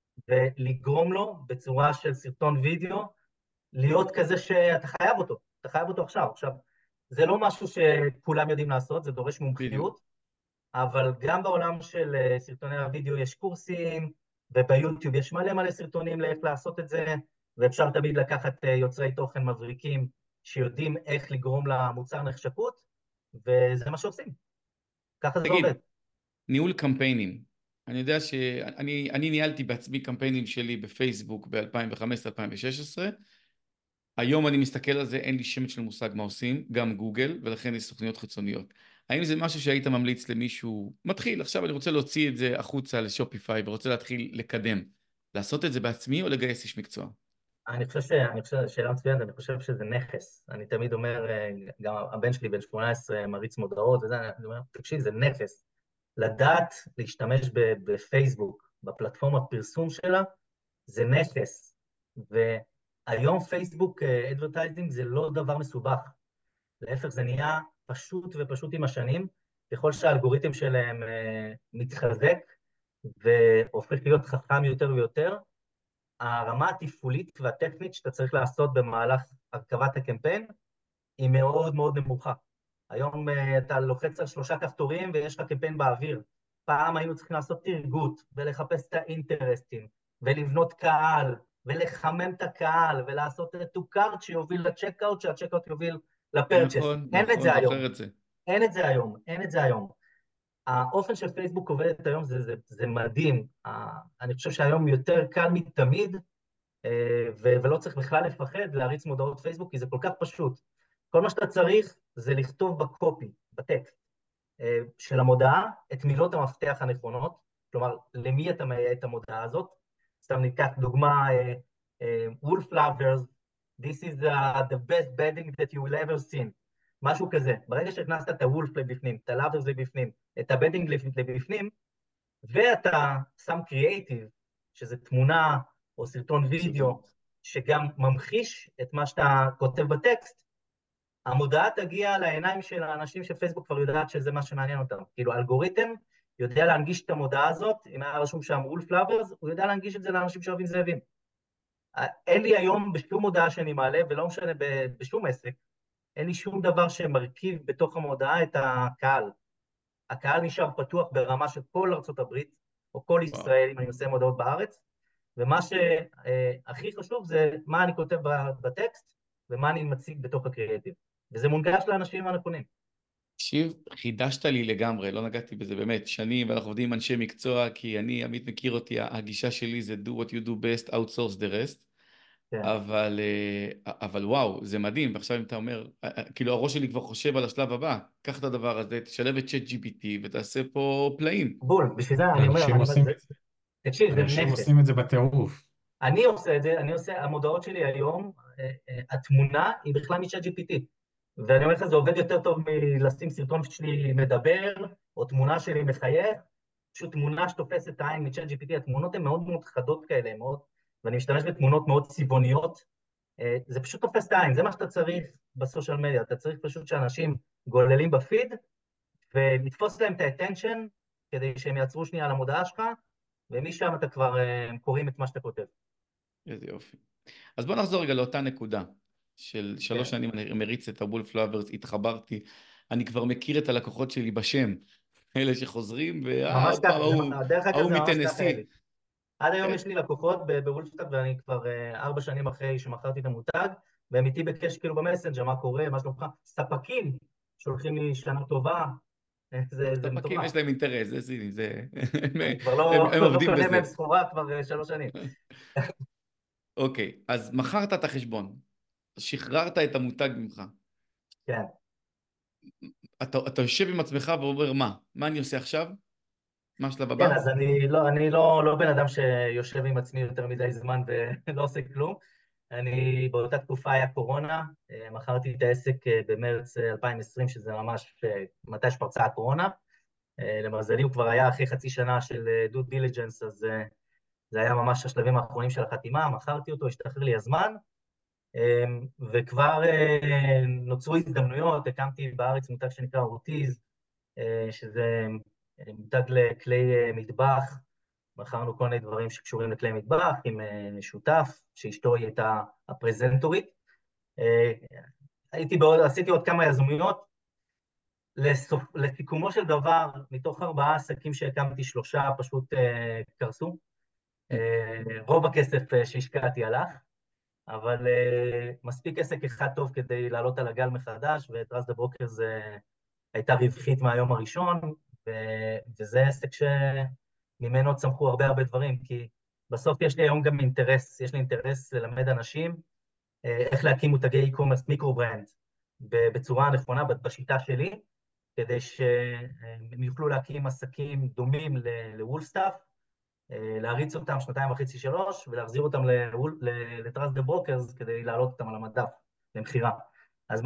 ולגרום לו בצורה של סרטון וידאו, להיות כזה שאתה חייב אותו, אתה חייב אותו עכשיו. עכשיו, זה לא משהו שכולם יודעים לעשות, זה דורש מומחיות, אבל גם בעולם של סרטוני הוידאו יש קורסים, וביוטיוב יש מלא מלא סרטונים לאיך לעשות את זה, ואפשר תמיד לקחת יוצרי תוכן מבריקים שיודעים איך לגרום למוצר נחשקות, וזה מה שעושים. ככה זה תגיד, עובד. ניהול קמפיינים. אני יודע שאני ניהלתי בעצמי קמפיינים שלי בפייסבוק ב-2015-2016. היום אני מסתכל על זה, אין לי שמץ של מושג מה עושים, גם גוגל, ולכן יש סוכניות חיצוניות. האם זה משהו שהיית ממליץ למישהו מתחיל, עכשיו אני רוצה להוציא את זה החוצה לשופיפיי ורוצה להתחיל לקדם, לעשות את זה בעצמי או לגייס איש מקצוע? אני חושב שאלה מצוינת, אני חושב שזה נכס. אני תמיד אומר, גם הבן שלי בן 18 מריץ מודעות וזה, אני אומר, תקשיב, זה נכס. לדעת להשתמש בפייסבוק, בפלטפורמת פרסום שלה, זה נכס. והיום פייסבוק אדברטייזינג זה לא דבר מסובך. להפך, זה נהיה פשוט ופשוט עם השנים, ככל שהאלגוריתם שלהם מתחזק והופך להיות חכם יותר ויותר, הרמה התפעולית והטכנית שאתה צריך לעשות במהלך הרכבת הקמפיין היא מאוד מאוד נמוכה. היום אתה לוחץ על 3 כפתורים ויש לך קמפיין באוויר. פעם היינו צריכים לעשות תרגות ולחפש את האינטרסטים ולבנות קהל ולחמם את הקהל ולעשות את to-cart שיוביל לצ'קאוט, שהצ'קאוט יוביל לפרצ'ס. נכון, אין את נכון, זה היום. זוכר את זה. אין את זה היום, אין את זה היום. האופן של פייסבוק עובדת היום זה מדהים. אני חושב שהיום יותר קל מתמיד, ולא צריך בכלל לפחד להריץ מודעות פייסבוק, כי זה כל כך פשוט. כל מה שאתה צריך זה לכתוב בקופי, בטקסט של המודעה, את מילות המפתח הנכונות, כלומר, למי אתה מייעד את המודעה הזאת. סתם ניקח דוגמה, wolf lovers, this is the best bedding that you will ever seen. משהו כזה. ברגע שהכנסת את הוולף לבפנים, את הלאברס לבפנים, את הבדינג לבפנים, ואתה שם קריאייטיב, שזה תמונה או סרטון וידאו, שגם ממחיש את מה שאתה כותב בטקסט, המודעה תגיע לעיניים של האנשים שפייסבוק כבר יודעת שזה מה שמעניין אותם. כאילו, האלגוריתם יודע להנגיש את המודעה הזאת, אם היה רשום שם וולף לאברס, הוא יודע להנגיש את זה לאנשים שאוהבים זאבים. אין לי היום בשום מודעה שאני מעלה, ולא משנה בשום עסק, אין לי שום דבר שמרכיב בתוך המודעה את הקהל. הקהל נשאר פתוח ברמה של כל ארצות הברית, או כל ישראל, אם אני עושה מודעות בארץ, ומה שהכי חשוב זה מה אני כותב בטקסט, ומה אני מציג בתוך הקריאטיב. וזה מונגש לאנשים הנכונים. תקשיב, חידשת לי לגמרי, לא נגעתי בזה באמת, שנים, ואנחנו עובדים עם אנשי מקצוע, כי עמית מכיר אותי, הגישה שלי זה do what you do best, outsource the rest, כן. אבל וואו, זה מדהים, ועכשיו אם אתה אומר, כאילו הראש שלי כבר חושב על השלב הבא, קח את הדבר הזה, תשלב את צ'אט GPT ותעשה פה פלאים. בול, בשביל זה אנשים אני אומר, עושים את זה. תקשיב, זה אנשים נכס. עושים את זה בטירוף. אני עושה את זה, המודעות שלי היום, התמונה היא בכלל מצ'אט GPT. ואני אומר לך, זה עובד יותר טוב מלשים סרטון שלי מדבר, או תמונה שלי מחייך, פשוט תמונה שתופסת את העין מצ'אט GPT, התמונות הן מאוד מאוד חדות כאלה, מאוד, ואני משתמש בתמונות מאוד צבעוניות, זה פשוט תופס את העין, זה מה שאתה צריך בסושיאל מדיה, אתה צריך פשוט שאנשים גוללים בפיד, ולתפוס להם את ה-attention, כדי שהם יעצרו שנייה על המודעה שלך, ומשם אתה כבר קוראים את מה שאתה כותב. איזה יופי. אז בוא נחזור רגע לאותה נקודה של 3 שנים אני מריץ את הוולפלאברס, התחברתי, אני כבר מכיר את הלקוחות שלי בשם, אלה שחוזרים, ממש עוד פעם ככה, דרך אגב ההוא זה ממש ככה, מטנסי. אלי. עד היום כן, יש לי לקוחות בוולפסטאפ, ואני כבר 4 שנים אחרי שמכרתי את המותג, והם איתי בקשר כאילו במסנג'ר, מה קורה, מה שלומך, ספקים שולחים לי שנה טובה, זה ספקים מטורף. יש להם אינטרס, זה סיני, אני כבר הם לא עובדים קונה בזה. מהם סחורה כבר 3 שנים. אוקיי, אז מכרת את החשבון, שחררת את המותג ממך, כן. אתה יושב עם עצמך ואומר מה אני עושה עכשיו? מה השלב כן, הבא? אז אני לא בן אדם שיושב עם עצמי יותר מדי זמן ולא עושה כלום. באותה תקופה היה קורונה, מכרתי את העסק במרץ 2020, שזה ממש מתי שפרצה הקורונה. למזלי הוא כבר היה אחרי חצי שנה של דו דיליג'נס, אז זה היה ממש השלבים האחרונים של החתימה, מכרתי אותו, השתחרר לי הזמן, וכבר נוצרו הזדמנויות, הקמתי בארץ מותג שנקרא אורטיז, שזה מותג לכלי מטבח, מכרנו כל מיני דברים שקשורים לכלי מטבח, עם שותף, שאשתו היא הייתה הפרזנטורית. עשיתי עוד כמה יזמויות, לסיכומו של דבר, מתוך 4 עסקים שהקמתי, 3 פשוט קרסו. רוב הכסף שהשקעתי הלך, אבל מספיק עסק אחד טוב כדי לעלות על הגל מחדש, וטרז דה ברוקר זה הייתה רווחית מהיום הראשון, וזה עסק שממנו צמחו הרבה דברים, כי בסוף יש לי היום גם אינטרס, יש לי אינטרס ללמד אנשים איך להקים מותגי e-commerce מיקרו-ברנד בצורה הנכונה, בשיטה שלי, כדי שהם יוכלו להקים עסקים דומים לוולפסטאפ, להריץ אותם 2.5-3, ולהחזיר אותם לטרסט דה ברוקרס כדי להעלות אותם על המדף, למחירה. אז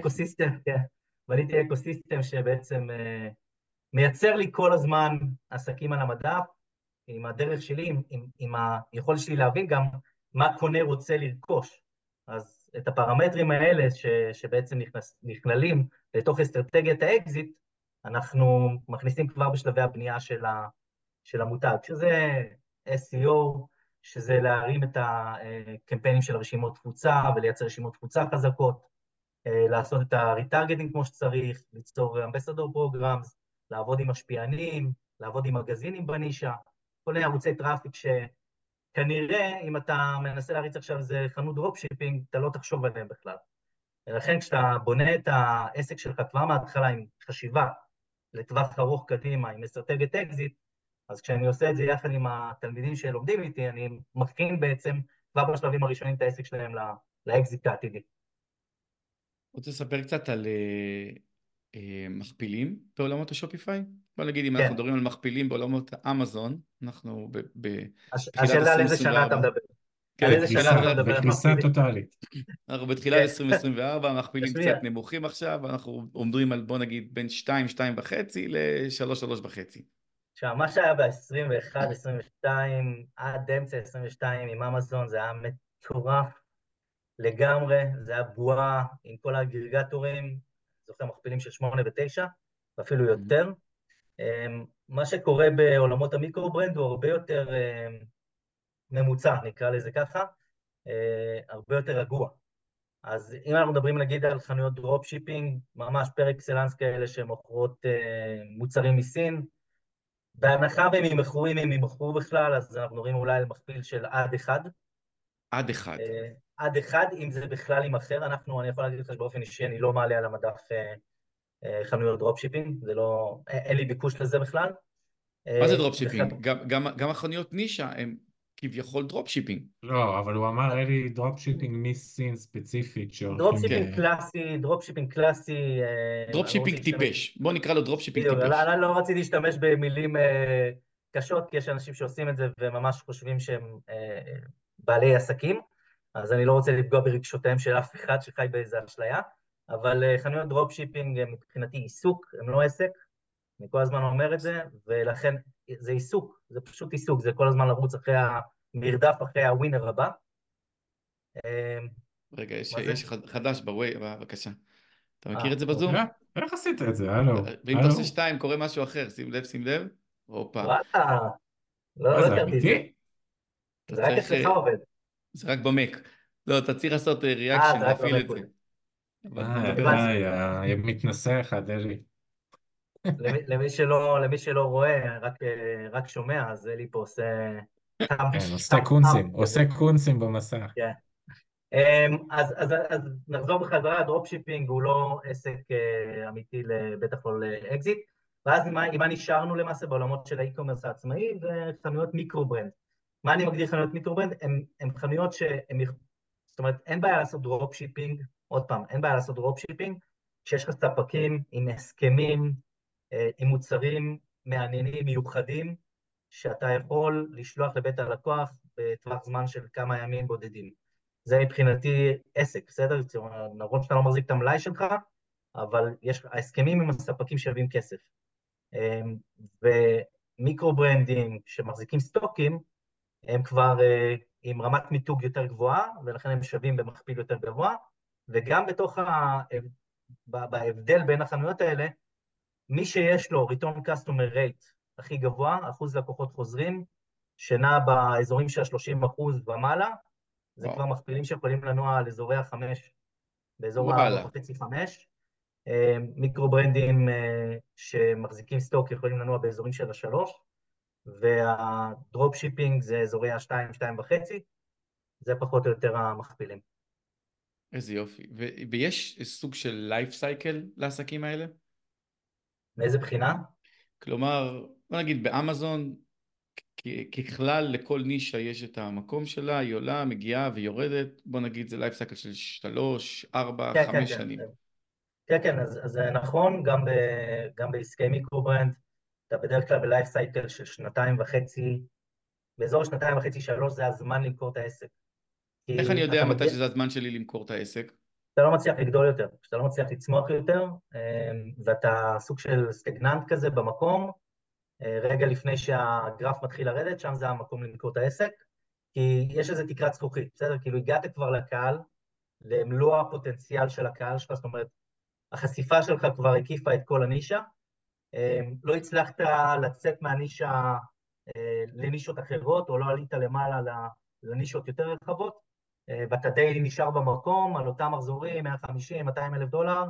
בניתי אקוסיסטם שבעצם מייצר לי כל הזמן עסקים על המדף, עם הדרך שלי, עם היכולת שלי להבין גם מה קונה רוצה לרכוש. אז את הפרמטרים האלה שבעצם נכללים לתוך אסטרטגיית האקזיט, אנחנו מכניסים כבר בשלבי הבנייה של המותג, שזה SEO, שזה להרים את הקמפיינים של הרשימות תפוצה ולייצר רשימות תפוצה חזקות, לעשות את הריטרגטינג כמו שצריך, ליצור אמבסדור פרוגרמס, לעבוד עם משפיענים, לעבוד עם מגזינים בנישה, כל מיני ערוצי טראפיק שכנראה אם אתה מנסה להריץ עכשיו איזה חנות דרופשיפינג, אתה לא תחשוב עליהם בכלל. ולכן כשאתה בונה את העסק שלך כבר מההתחלה עם חשיבה לטווח ארוך קדימה, עם אסטרטגיית אקזיט, אז כשאני עושה את זה יחד עם התלמידים שלומדים איתי, אני מכין בעצם כבר בשלבים הראשונים את העסק שלהם לאקזיט העתידי. רוצה לספר קצת על מכפילים בעולמות השופיפיי? בוא נגיד אם אנחנו כן. מדברים על מכפילים בעולמות אמזון, אנחנו בתחילת השאלה על איזה שנה אתה 2024. מדבר. כן, על איזה שנה אתה מדבר על בקריסה מכפילים? טוטאלית. אנחנו בתחילת 2024, מכפילים תשמיע. קצת נמוכים עכשיו, אנחנו עומדים על בוא נגיד בין 2, 2.5 ל-3, 3.5. עכשיו, מה שהיה ב-21, 22, עד אמצע 22 עם אמזון, זה היה מטורף לגמרי, זה היה בועה עם כל האגרגטורים, זוכר מכפילים של 8 ו-9, ואפילו יותר. מה שקורה בעולמות המיקרו-ברנד הוא הרבה יותר ממוצע, נקרא לזה ככה, הרבה יותר רגוע. אז אם אנחנו מדברים נגיד על חנויות דרופשיפינג, ממש פר אקסלנס כאלה שמוכרות מוצרים מסין, בהנחה והם ימכרו, אם הם ימכרו בכלל, אז אנחנו רואים אולי על מכפיל של עד 1. עד 1. עד 1, אם זה בכלל ימכר, אני יכול להגיד לך שבאופן אישי, אני לא מעלה על המדף חנויות דרופשיפינג, זה לא, אין לי ביקוש לזה בכלל. מה זה אה, דרופשיפינג? וח- גם החנויות נישה הם כביכול דרופשיפינג. לא, אבל הוא אמר, אין לי דרופשיפינג מסין ספציפית שהולכים כן. דרופשיפינג קלאסי, אני לא רוצה דרופשיפינג להשתמש, טיפש. בוא נקרא לו דרופשיפינג בדיוק, טיפש. אני לא רציתי להשתמש במילים קשות, כי יש אנשים שעושים את זה וממש חושבים שהם בעלי עסקים, אז אני לא רוצה לפגוע ברגשותיהם של אף אחד שחי באיזה אשליה, אבל חנויות דרופשיפינג הם מבחינתי עיסוק, הם לא עסק, אני כל הזמן אומר את זה, ולכן זה עיסוק, זה פשוט עיסוק, זה כל הזמן לרוץ אחרי המרדף, אחרי הווינר הבא. רגע, מה זה? יש חדש בווי, בבקשה. אתה מכיר את זה אוקיי. בזום? איך עשית את זה? הלו, ואם אתה עושה הלו. 2, קורה משהו אחר, שים לב. הופה. וואלה, מה לא זה הכרתי את זה, אמיתי? אתה זה רק צריך, אצלך עובד. זה רק במק. לא, אתה צריך לעשות זה ריאקשן, רק להפעיל את זה. במקווי. אבל בוא נדבר על זה. הבנתי. מתנשא אחד, אלי. למי שלא רואה, רק שומע, אז אלי פה עושה כן, עושה טאמפ קונצים, כזה. עושה קונצים במסך. כן. אז נחזור בחזרה, דרופשיפינג הוא לא עסק אמיתי, בטח לא לאקזיט, ואז עם מה נשארנו למעשה בעולמות של האי-קומרס העצמאי, זה חנויות מיקרו-ברנד. מה אני מגדיר חנויות מיקרו-ברנד? הן חנויות זאת אומרת, אין בעיה לעשות דרופשיפינג, עוד פעם, אין בעיה לעשות דרופשיפינג, כשיש לך ספקים עם הסכמים, עם מוצרים מעניינים, מיוחדים, שאתה יכול לשלוח לבית הלקוח בטווח זמן של כמה ימים בודדים. זה מבחינתי עסק, בסדר? נכון שאתה לא מחזיק את המלאי שלך, אבל ההסכמים עם הספקים שווים כסף. ומיקרו ברנדים שמחזיקים סטוקים, הם כבר עם רמת מיתוג יותר גבוהה, ולכן הם שווים במכפיל יותר גבוה, וגם בהבדל בין החנויות האלה, מי שיש לו return customer rate הכי גבוה, אחוז לקוחות חוזרים, שנע באזורים של 30% ומעלה, זה כבר וואו. מכפילים שיכולים לנוע על אזורי ה-5, באזור וואלה. ה-4.5-5. מיקרו ברנדים שמחזיקים סטוק יכולים לנוע באזורים של ה-3, והדרופ שיפינג זה אזורי ה-2, 2.5, זה פחות או יותר המכפילים. איזה יופי. ויש סוג של לייף סייקל לעסקים האלה? מאיזה בחינה? כלומר, בוא נגיד באמזון, ככלל לכל נישה יש את המקום שלה, היא עולה, מגיעה ויורדת, בוא נגיד זה לייף סייקל של 3, 4, כן, כן, 5 כן. שנים. כן, כן, אז זה נכון, גם בעסקי מיקרו ברנד, אתה בדרך כלל בלייף סייקל של 2.5, באזור 2.5, 3 זה הזמן למכור את העסק. איך אני כי יודע מתי שזה הזמן שלי למכור את העסק? אתה לא מצליח לגדול יותר, כשאתה לא מצליח לצמוח יותר, ואתה סוג של סטגננט כזה במקום, רגע לפני שהגרף מתחיל לרדת, שם זה המקום למכור את העסק, כי יש איזו תקרת זכוכית, בסדר? כאילו הגעת כבר לקהל, למלוא הפוטנציאל של הקהל שלך, זאת אומרת, החשיפה שלך כבר הקיפה את כל הנישה, לא הצלחת לצאת מהנישה לנישות אחרות, או לא עלית למעלה לנישות יותר רחבות, ואתה די נשאר במקום, על אותם מחזורים, 150, 200 אלף דולר,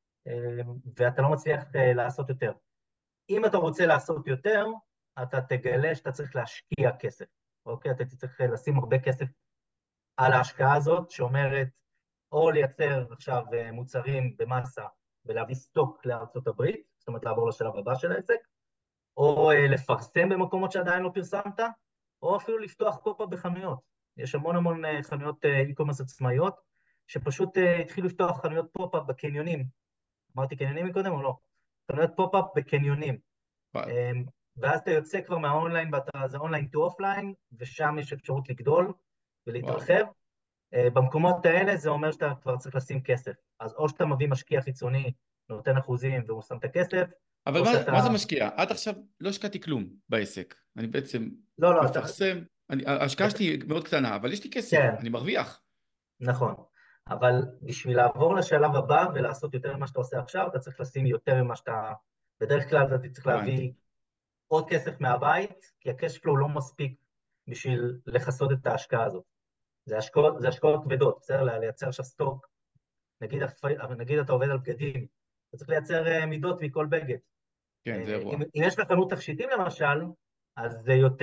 ואתה לא מצליח לעשות יותר. אם אתה רוצה לעשות יותר, אתה תגלה שאתה צריך להשקיע כסף, אוקיי? אתה צריך לשים הרבה כסף על ההשקעה הזאת, שאומרת, או לייצר עכשיו מוצרים במסה, ולהביא סטוק לארצות הברית, זאת אומרת לעבור לשלב הבא של העסק, או לפרסם במקומות שעדיין לא פרסמת, או אפילו לפתוח פופ-אפ בחנויות. יש המון חנויות e-commerce עצמאיות, שפשוט התחילו לפתוח חנויות פופ-אפ בקניונים. אמרתי קניונים מקודם או לא? חנויות פופ-אפ בקניונים. וואלה. ואז אתה יוצא כבר מהאונליין, זה אונליין טו אופליין, ושם יש אפשרות לגדול ולהתרחב. במקומות האלה זה אומר שאתה כבר צריך לשים כסף. אז או שאתה מביא משקיע חיצוני, נותן אחוזים והוא שם את הכסף, אבל או שאתה... מה זה משקיע? עד עכשיו לא השקעתי כלום בעסק. אני בעצם לא, מפרסם, ההשקעה שלי מאוד קטנה, אבל יש לי כסף, כן, אני מרוויח. נכון. אבל בשביל לעבור לשלב הבא ולעשות יותר ממה שאתה עושה עכשיו, אתה צריך לשים יותר ממה שאתה... בדרך כלל אתה צריך הבנתי. להביא עוד כסף מהבית, כי הקש פלואו לא מספיק בשביל לכסות את ההשקעה הזאת. זה השקעות כבדות, בסדר? לייצר עכשיו סטוק. נגיד אתה עובד על בגדים, אתה צריך לייצר מידות מכל בגד. כן, זה אירוע. אם יש לך חנות תכשיטים למשל, אז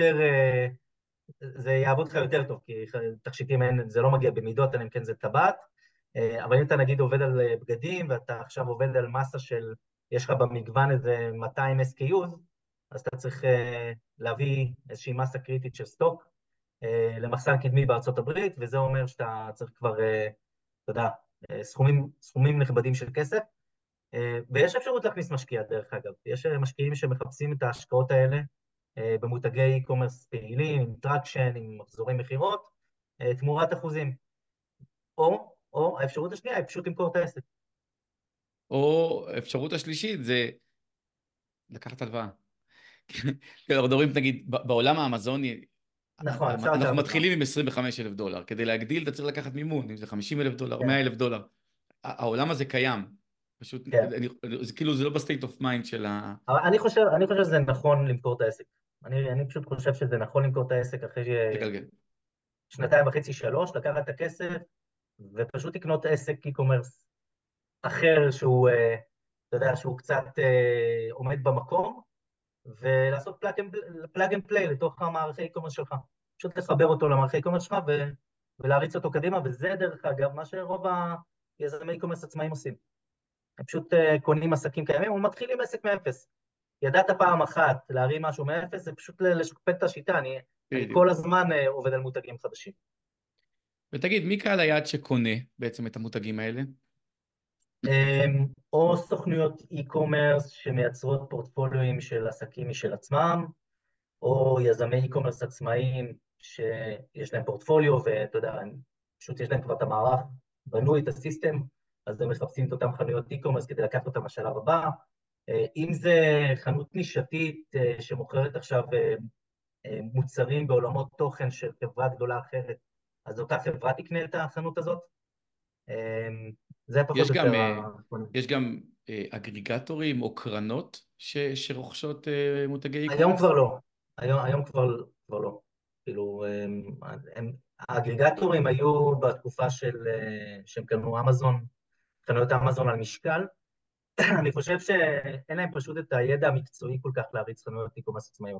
זה יעבוד לך יותר טוב, כי תכשיטים זה לא מגיע במידות, אלא אם כן זה טבעת, אבל אם אתה נגיד עובד על בגדים, ואתה עכשיו עובד על מסה של יש לך במגוון איזה 200 SKUs, אז אתה צריך להביא איזושהי מסה קריטית של סטוק למחסן קדמי בארצות הברית, וזה אומר שאתה צריך כבר, אתה יודע, סכומים נכבדים של כסף, ויש אפשרות להכניס משקיע דרך אגב, יש משקיעים שמחפשים את ההשקעות האלה במותגי e-commerce פעילים, עם טרקשן, עם מחזורי מחירות, תמורת אחוזים. או האפשרות השנייה היא פשוט למכור את העסק. או האפשרות השלישית זה לקחת הלוואה. אנחנו מדברים, נגיד, בעולם האמזוני, נכון, אפשר לקחת אנחנו הלוואה. מתחילים עם $25,000. כדי להגדיל, אתה צריך לקחת מימון, אם זה $50,000, כן. $100,000. העולם הזה קיים. פשוט, כן. זה כאילו, זה לא בסטייט אוף מיינד של ה... אבל אני חושב שזה נכון למכור את העסק. אני פשוט חושב שזה נכון למכור את העסק אחרי לגלגל. 2.5, 3, לקחת את הכסף, ופשוט לקנות עסק e-commerce אחר שהוא, אתה יודע, שהוא קצת עומד במקום, ולעשות פלאג אנד פליי לתוך המערכי e-commerce שלך. פשוט לחבר אותו למערכי e-commerce שלך ולהריץ אותו קדימה, וזה דרך אגב מה שרוב היזמי e-commerce עצמאים עושים. הם פשוט קונים עסקים קיימים ומתחילים עסק מאפס. ידעת פעם אחת להרים משהו מאפס, זה פשוט לשכפל את השיטה, אני כל הזמן עובד על מותגים חדשים. ותגיד, מי קהל היעד שקונה בעצם את המותגים האלה? או סוכנויות e-commerce שמייצרות פורטפוליואים של עסקים משל עצמם, או יזמי e-commerce עצמאיים שיש להם פורטפוליו, ואתה יודע, פשוט יש להם כבר את המערך, בנו את הסיסטם, אז הם מחפשים את אותם חנויות e-commerce כדי לקחת אותם לשלב הבא. אם זה חנות נישתית שמוכרת עכשיו מוצרים בעולמות תוכן של חברה גדולה אחרת, אז אותה חברה תקנה את החנות הזאת. זה פחות או יותר... יש גם אגריגטורים או קרנות שרוכשות מותגי e-commerce? היום כבר לא. היום כבר לא. כאילו, האגריגטורים היו בתקופה שהם קנו אמזון, חנויות אמזון על משקל. אני חושב שאין להם פשוט את הידע המקצועי כל כך להריץ חנויות e-commerce עצמאיות.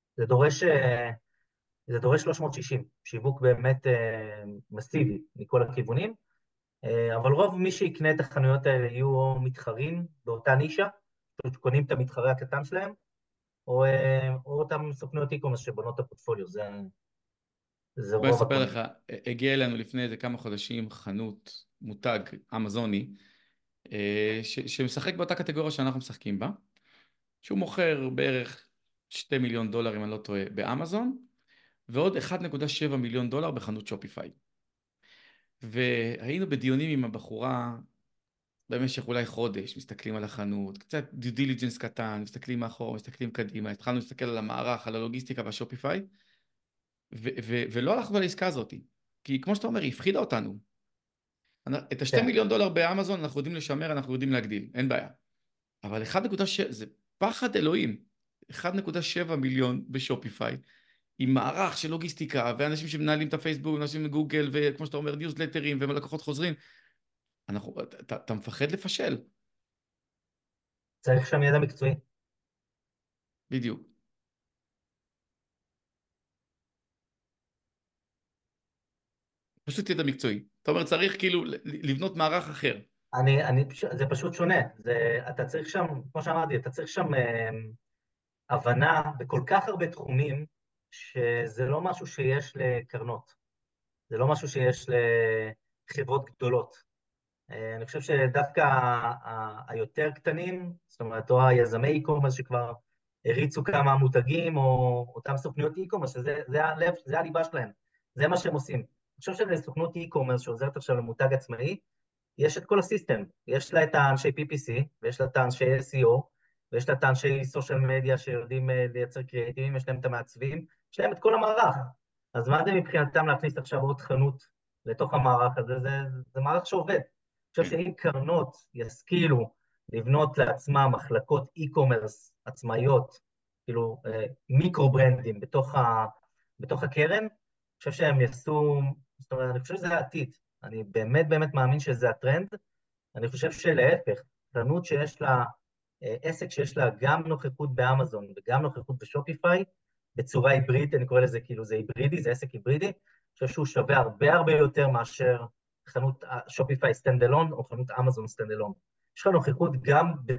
זה דורש 360, שיווק באמת מסיבי מכל הכיוונים, אבל רוב מי שיקנה את החנויות האלה יהיו מתחרים באותה נישה, פשוט קונים את המתחרה הקטן שלהם, או אותם סוכנויות e-commerce שבונות את הפורטפוליו, זה בוא רוב אספר הקונים. לך, הגיע אלינו לפני איזה כמה חודשים חנות, מותג אמזוני, שמשחק באותה קטגוריה שאנחנו משחקים בה, שהוא מוכר בערך $2 מיליון, אם אני לא טועה, באמזון, ועוד $1.7 מיליון בחנות שופיפיי. והיינו בדיונים עם הבחורה במשך אולי חודש, מסתכלים על החנות, קצת דיו דיליג'נס קטן, מסתכלים מאחור, מסתכלים קדימה, התחלנו להסתכל על המערך, על הלוגיסטיקה והשופיפיי, ולא הלכנו על העסקה הזאת, כי כמו שאתה אומר, היא הפחידה אותנו. את $2 מיליון באמזון אנחנו יודעים לשמר, אנחנו יודעים להגדיל, אין בעיה. אבל 1.7, זה פחד אלוהים, 1.7 מיליון בשופיפיי, עם מערך של לוגיסטיקה, ואנשים שמנהלים את הפייסבוק, אנשים מגוגל, וכמו שאתה אומר, ניוזלטרים, ולקוחות חוזרים, אתה מפחד לפשל. צריך שם ידע מקצועי. בדיוק. פשוט ידע מקצועי. אתה אומר, צריך כאילו לבנות מערך אחר. זה פשוט שונה. אתה צריך שם, כמו שאמרתי, אתה צריך שם הבנה בכל כך הרבה תחומים, שזה לא משהו שיש לקרנות. זה לא משהו שיש לחברות גדולות. אני חושב שדווקא היותר קטנים, זאת אומרת, או היזמי e-commerce שכבר הריצו כמה מותגים, או אותם סוכנויות e-commerce, שזה הלב, זה הליבה שלהם. זה מה שהם עושים. אני חושב שזה סוכנות e-commerce שעוזרת עכשיו למותג עצמאי, יש את כל הסיסטם. יש לה את האנשי PPC, ויש לה את האנשי SEO, ויש לה את האנשי סושיאל מדיה שיודעים לייצר קריאטיבים, יש להם את המעצבים, יש להם את כל המערך. אז מה זה מבחינתם להכניס עכשיו עוד חנות לתוך המערך הזה? זה מערך שעובד. אני חושב שאם קרנות ישכילו לבנות לעצמם מחלקות e-commerce עצמאיות, כאילו מיקרו-ברנדים בתוך הקרן, אני חושב שהם יעשו, זאת אומרת, אני חושב שזה העתיד. אני באמת באמת מאמין שזה הטרנד. אני חושב שלהפך, חנות שיש לה, עסק שיש לה גם נוכחות באמזון וגם נוכחות בשופיפיי, בצורה היברידית, אני קורא לזה כאילו זה היברידי, זה עסק היברידי, אני חושב שהוא שווה הרבה הרבה יותר מאשר חנות שופיפיי סטנדלון או חנות אמזון סטנדלון. יש לך נוכחות גם בתוך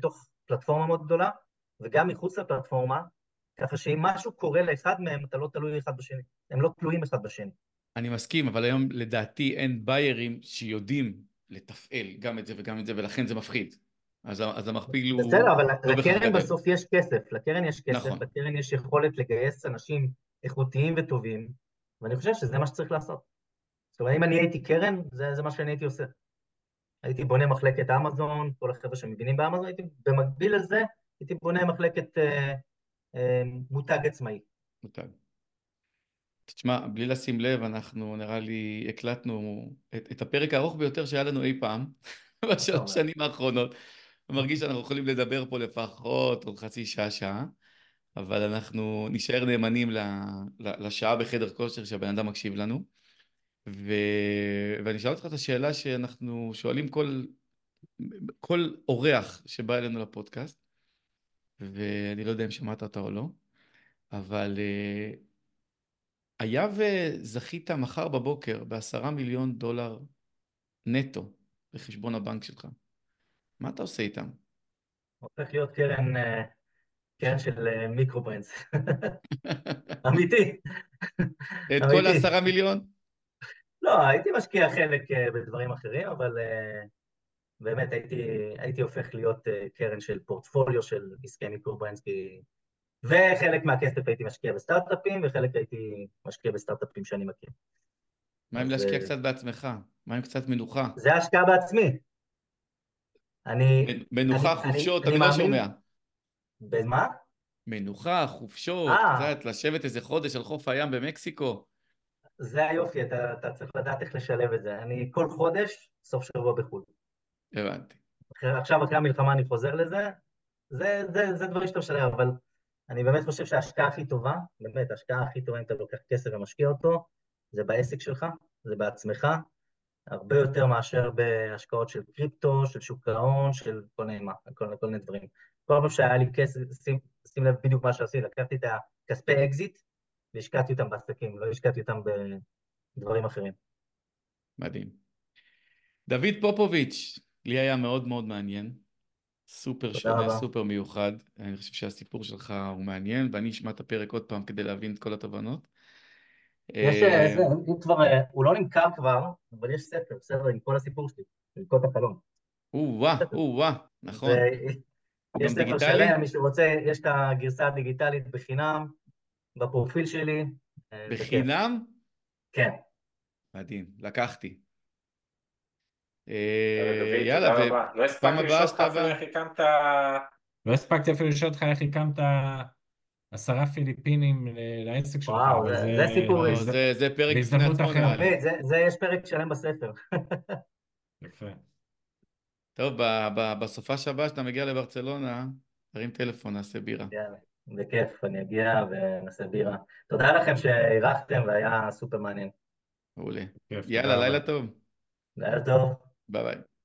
פלטפורמה מאוד גדולה, וגם מחוץ לפלטפורמה, ככה שאם משהו קורה לאחד מהם, אתה לא תלוי אחד בשני. הם לא תלויים אחד בשני. אני מסכים, אבל היום לדעתי אין ביירים שיודעים לתפעל גם את זה וגם את זה, ולכן זה מפחיד. אז המכפיל בסדר, הוא אבל לא בהכרח לקרן גדל. בסוף יש כסף, לקרן יש כסף, נכון. לקרן יש יכולת לגייס אנשים איכותיים וטובים, ואני חושב שזה מה שצריך לעשות. זאת אומרת, אם אני הייתי קרן, זה מה שאני הייתי עושה. הייתי בונה מחלקת אמזון, כל החבר'ה שמבינים באמזון, הייתי במקביל לזה, הייתי בונה מחלקת מותג עצמאי. מותג. תשמע, בלי לשים לב, אנחנו נראה לי הקלטנו את הפרק הארוך ביותר שהיה לנו אי פעם, אתה בשלוש אומר. שנים האחרונות. אני מרגיש שאנחנו יכולים לדבר פה לפחות עוד חצי שעה, שעה, אבל אנחנו נשאר נאמנים לשעה בחדר כושר שהבן אדם מקשיב לנו. ואני אשאל אותך את השאלה שאנחנו שואלים כל אורח שבא אלינו לפודקאסט, ואני לא יודע אם שמעת אותה או לא, אבל היה וזכית מחר בבוקר ב$10 מיליון נטו בחשבון הבנק שלך. מה אתה עושה איתם? הופך להיות קרן של מיקרו-ברנדס. אמיתי, את כל אמיתי. ה10 מיליון? לא, הייתי משקיע חלק בדברים אחרים, אבל באמת הייתי הופך להיות קרן של פורטפוליו של עסקי מיקרו-ברנדס, וחלק מהכסף הייתי משקיע בסטארט-אפים, וחלק הייתי משקיע בסטארט-אפים שאני מכיר. מה אם אז להשקיע קצת בעצמך? מה אם קצת מנוחה? זה השקעה בעצמי. מנוחה, חופשות, אני אני לא מאמין, שומע. במה? מנוחה, חופשות, אה, קצת לשבת איזה חודש על חוף הים במקסיקו. זה היופי, אתה צריך לדעת איך לשלב את זה. אני כל חודש, סוף שבוע בחו"ל. הבנתי. עכשיו אחרי המלחמה אני חוזר לזה, זה דברים שאתה משלם, אבל אני באמת חושב שההשקעה הכי טובה, באמת, ההשקעה הכי טובה אם אתה לוקח כסף ומשקיע אותו, זה בעסק שלך, זה בעצמך, הרבה יותר מאשר בהשקעות של קריפטו, של שוק ההון, של כל מיני מה, כל מיני דברים. כל פעם שהיה לי כסף, שים לב בדיוק מה שעשיתי, לקחתי את הכספי אקזיט והשקעתי אותם בעסקים, לא השקעתי אותם בדברים אחרים. מדהים. דוד פופוביץ', לי היה מאוד מאוד מעניין. סופר תודה שונה, רבה. סופר מיוחד. אני חושב שהסיפור שלך הוא מעניין, ואני אשמע את הפרק עוד פעם כדי להבין את כל התובנות. יש זה, אם כבר, הוא לא נמכר כבר, אבל יש ספר, בסדר, עם כל הסיפור שלי, עם כל החלום. או-אה, נכון. ויש הוא גם ספר דיגיטלי? שלם, מי שרוצה, יש את הגרסה הדיגיטלית בחינם, בפרופיל שלי, בכיף. בחינם? כן. מדהים, לקחתי. דוד, יאללה, תודה רבה. לא ופעם הספקתי לשאול הבאה אותך שאתה אפילו בא. איך הקמת... לא הספקתי אפילו לשאול אותך איך הקמת 10 פיליפינים לעסק שלך, וואו, אבל זה סיפורים. לא, זה פרק בפני בהזדמנות עצמו נראה אחרת. לי. תמיד, זה יש פרק שלם בספר. יפה. טוב, בסופה שבא שאתה מגיע לברצלונה, תרים טלפון, נעשה בירה. יאללה, בכיף, אני אגיע ונעשה בירה. תודה לכם שאירחתם והיה סופר מעניין. מעולה. כיף, יאללה, תודה לילה רבה. טוב. לילה טוב. ביי ביי.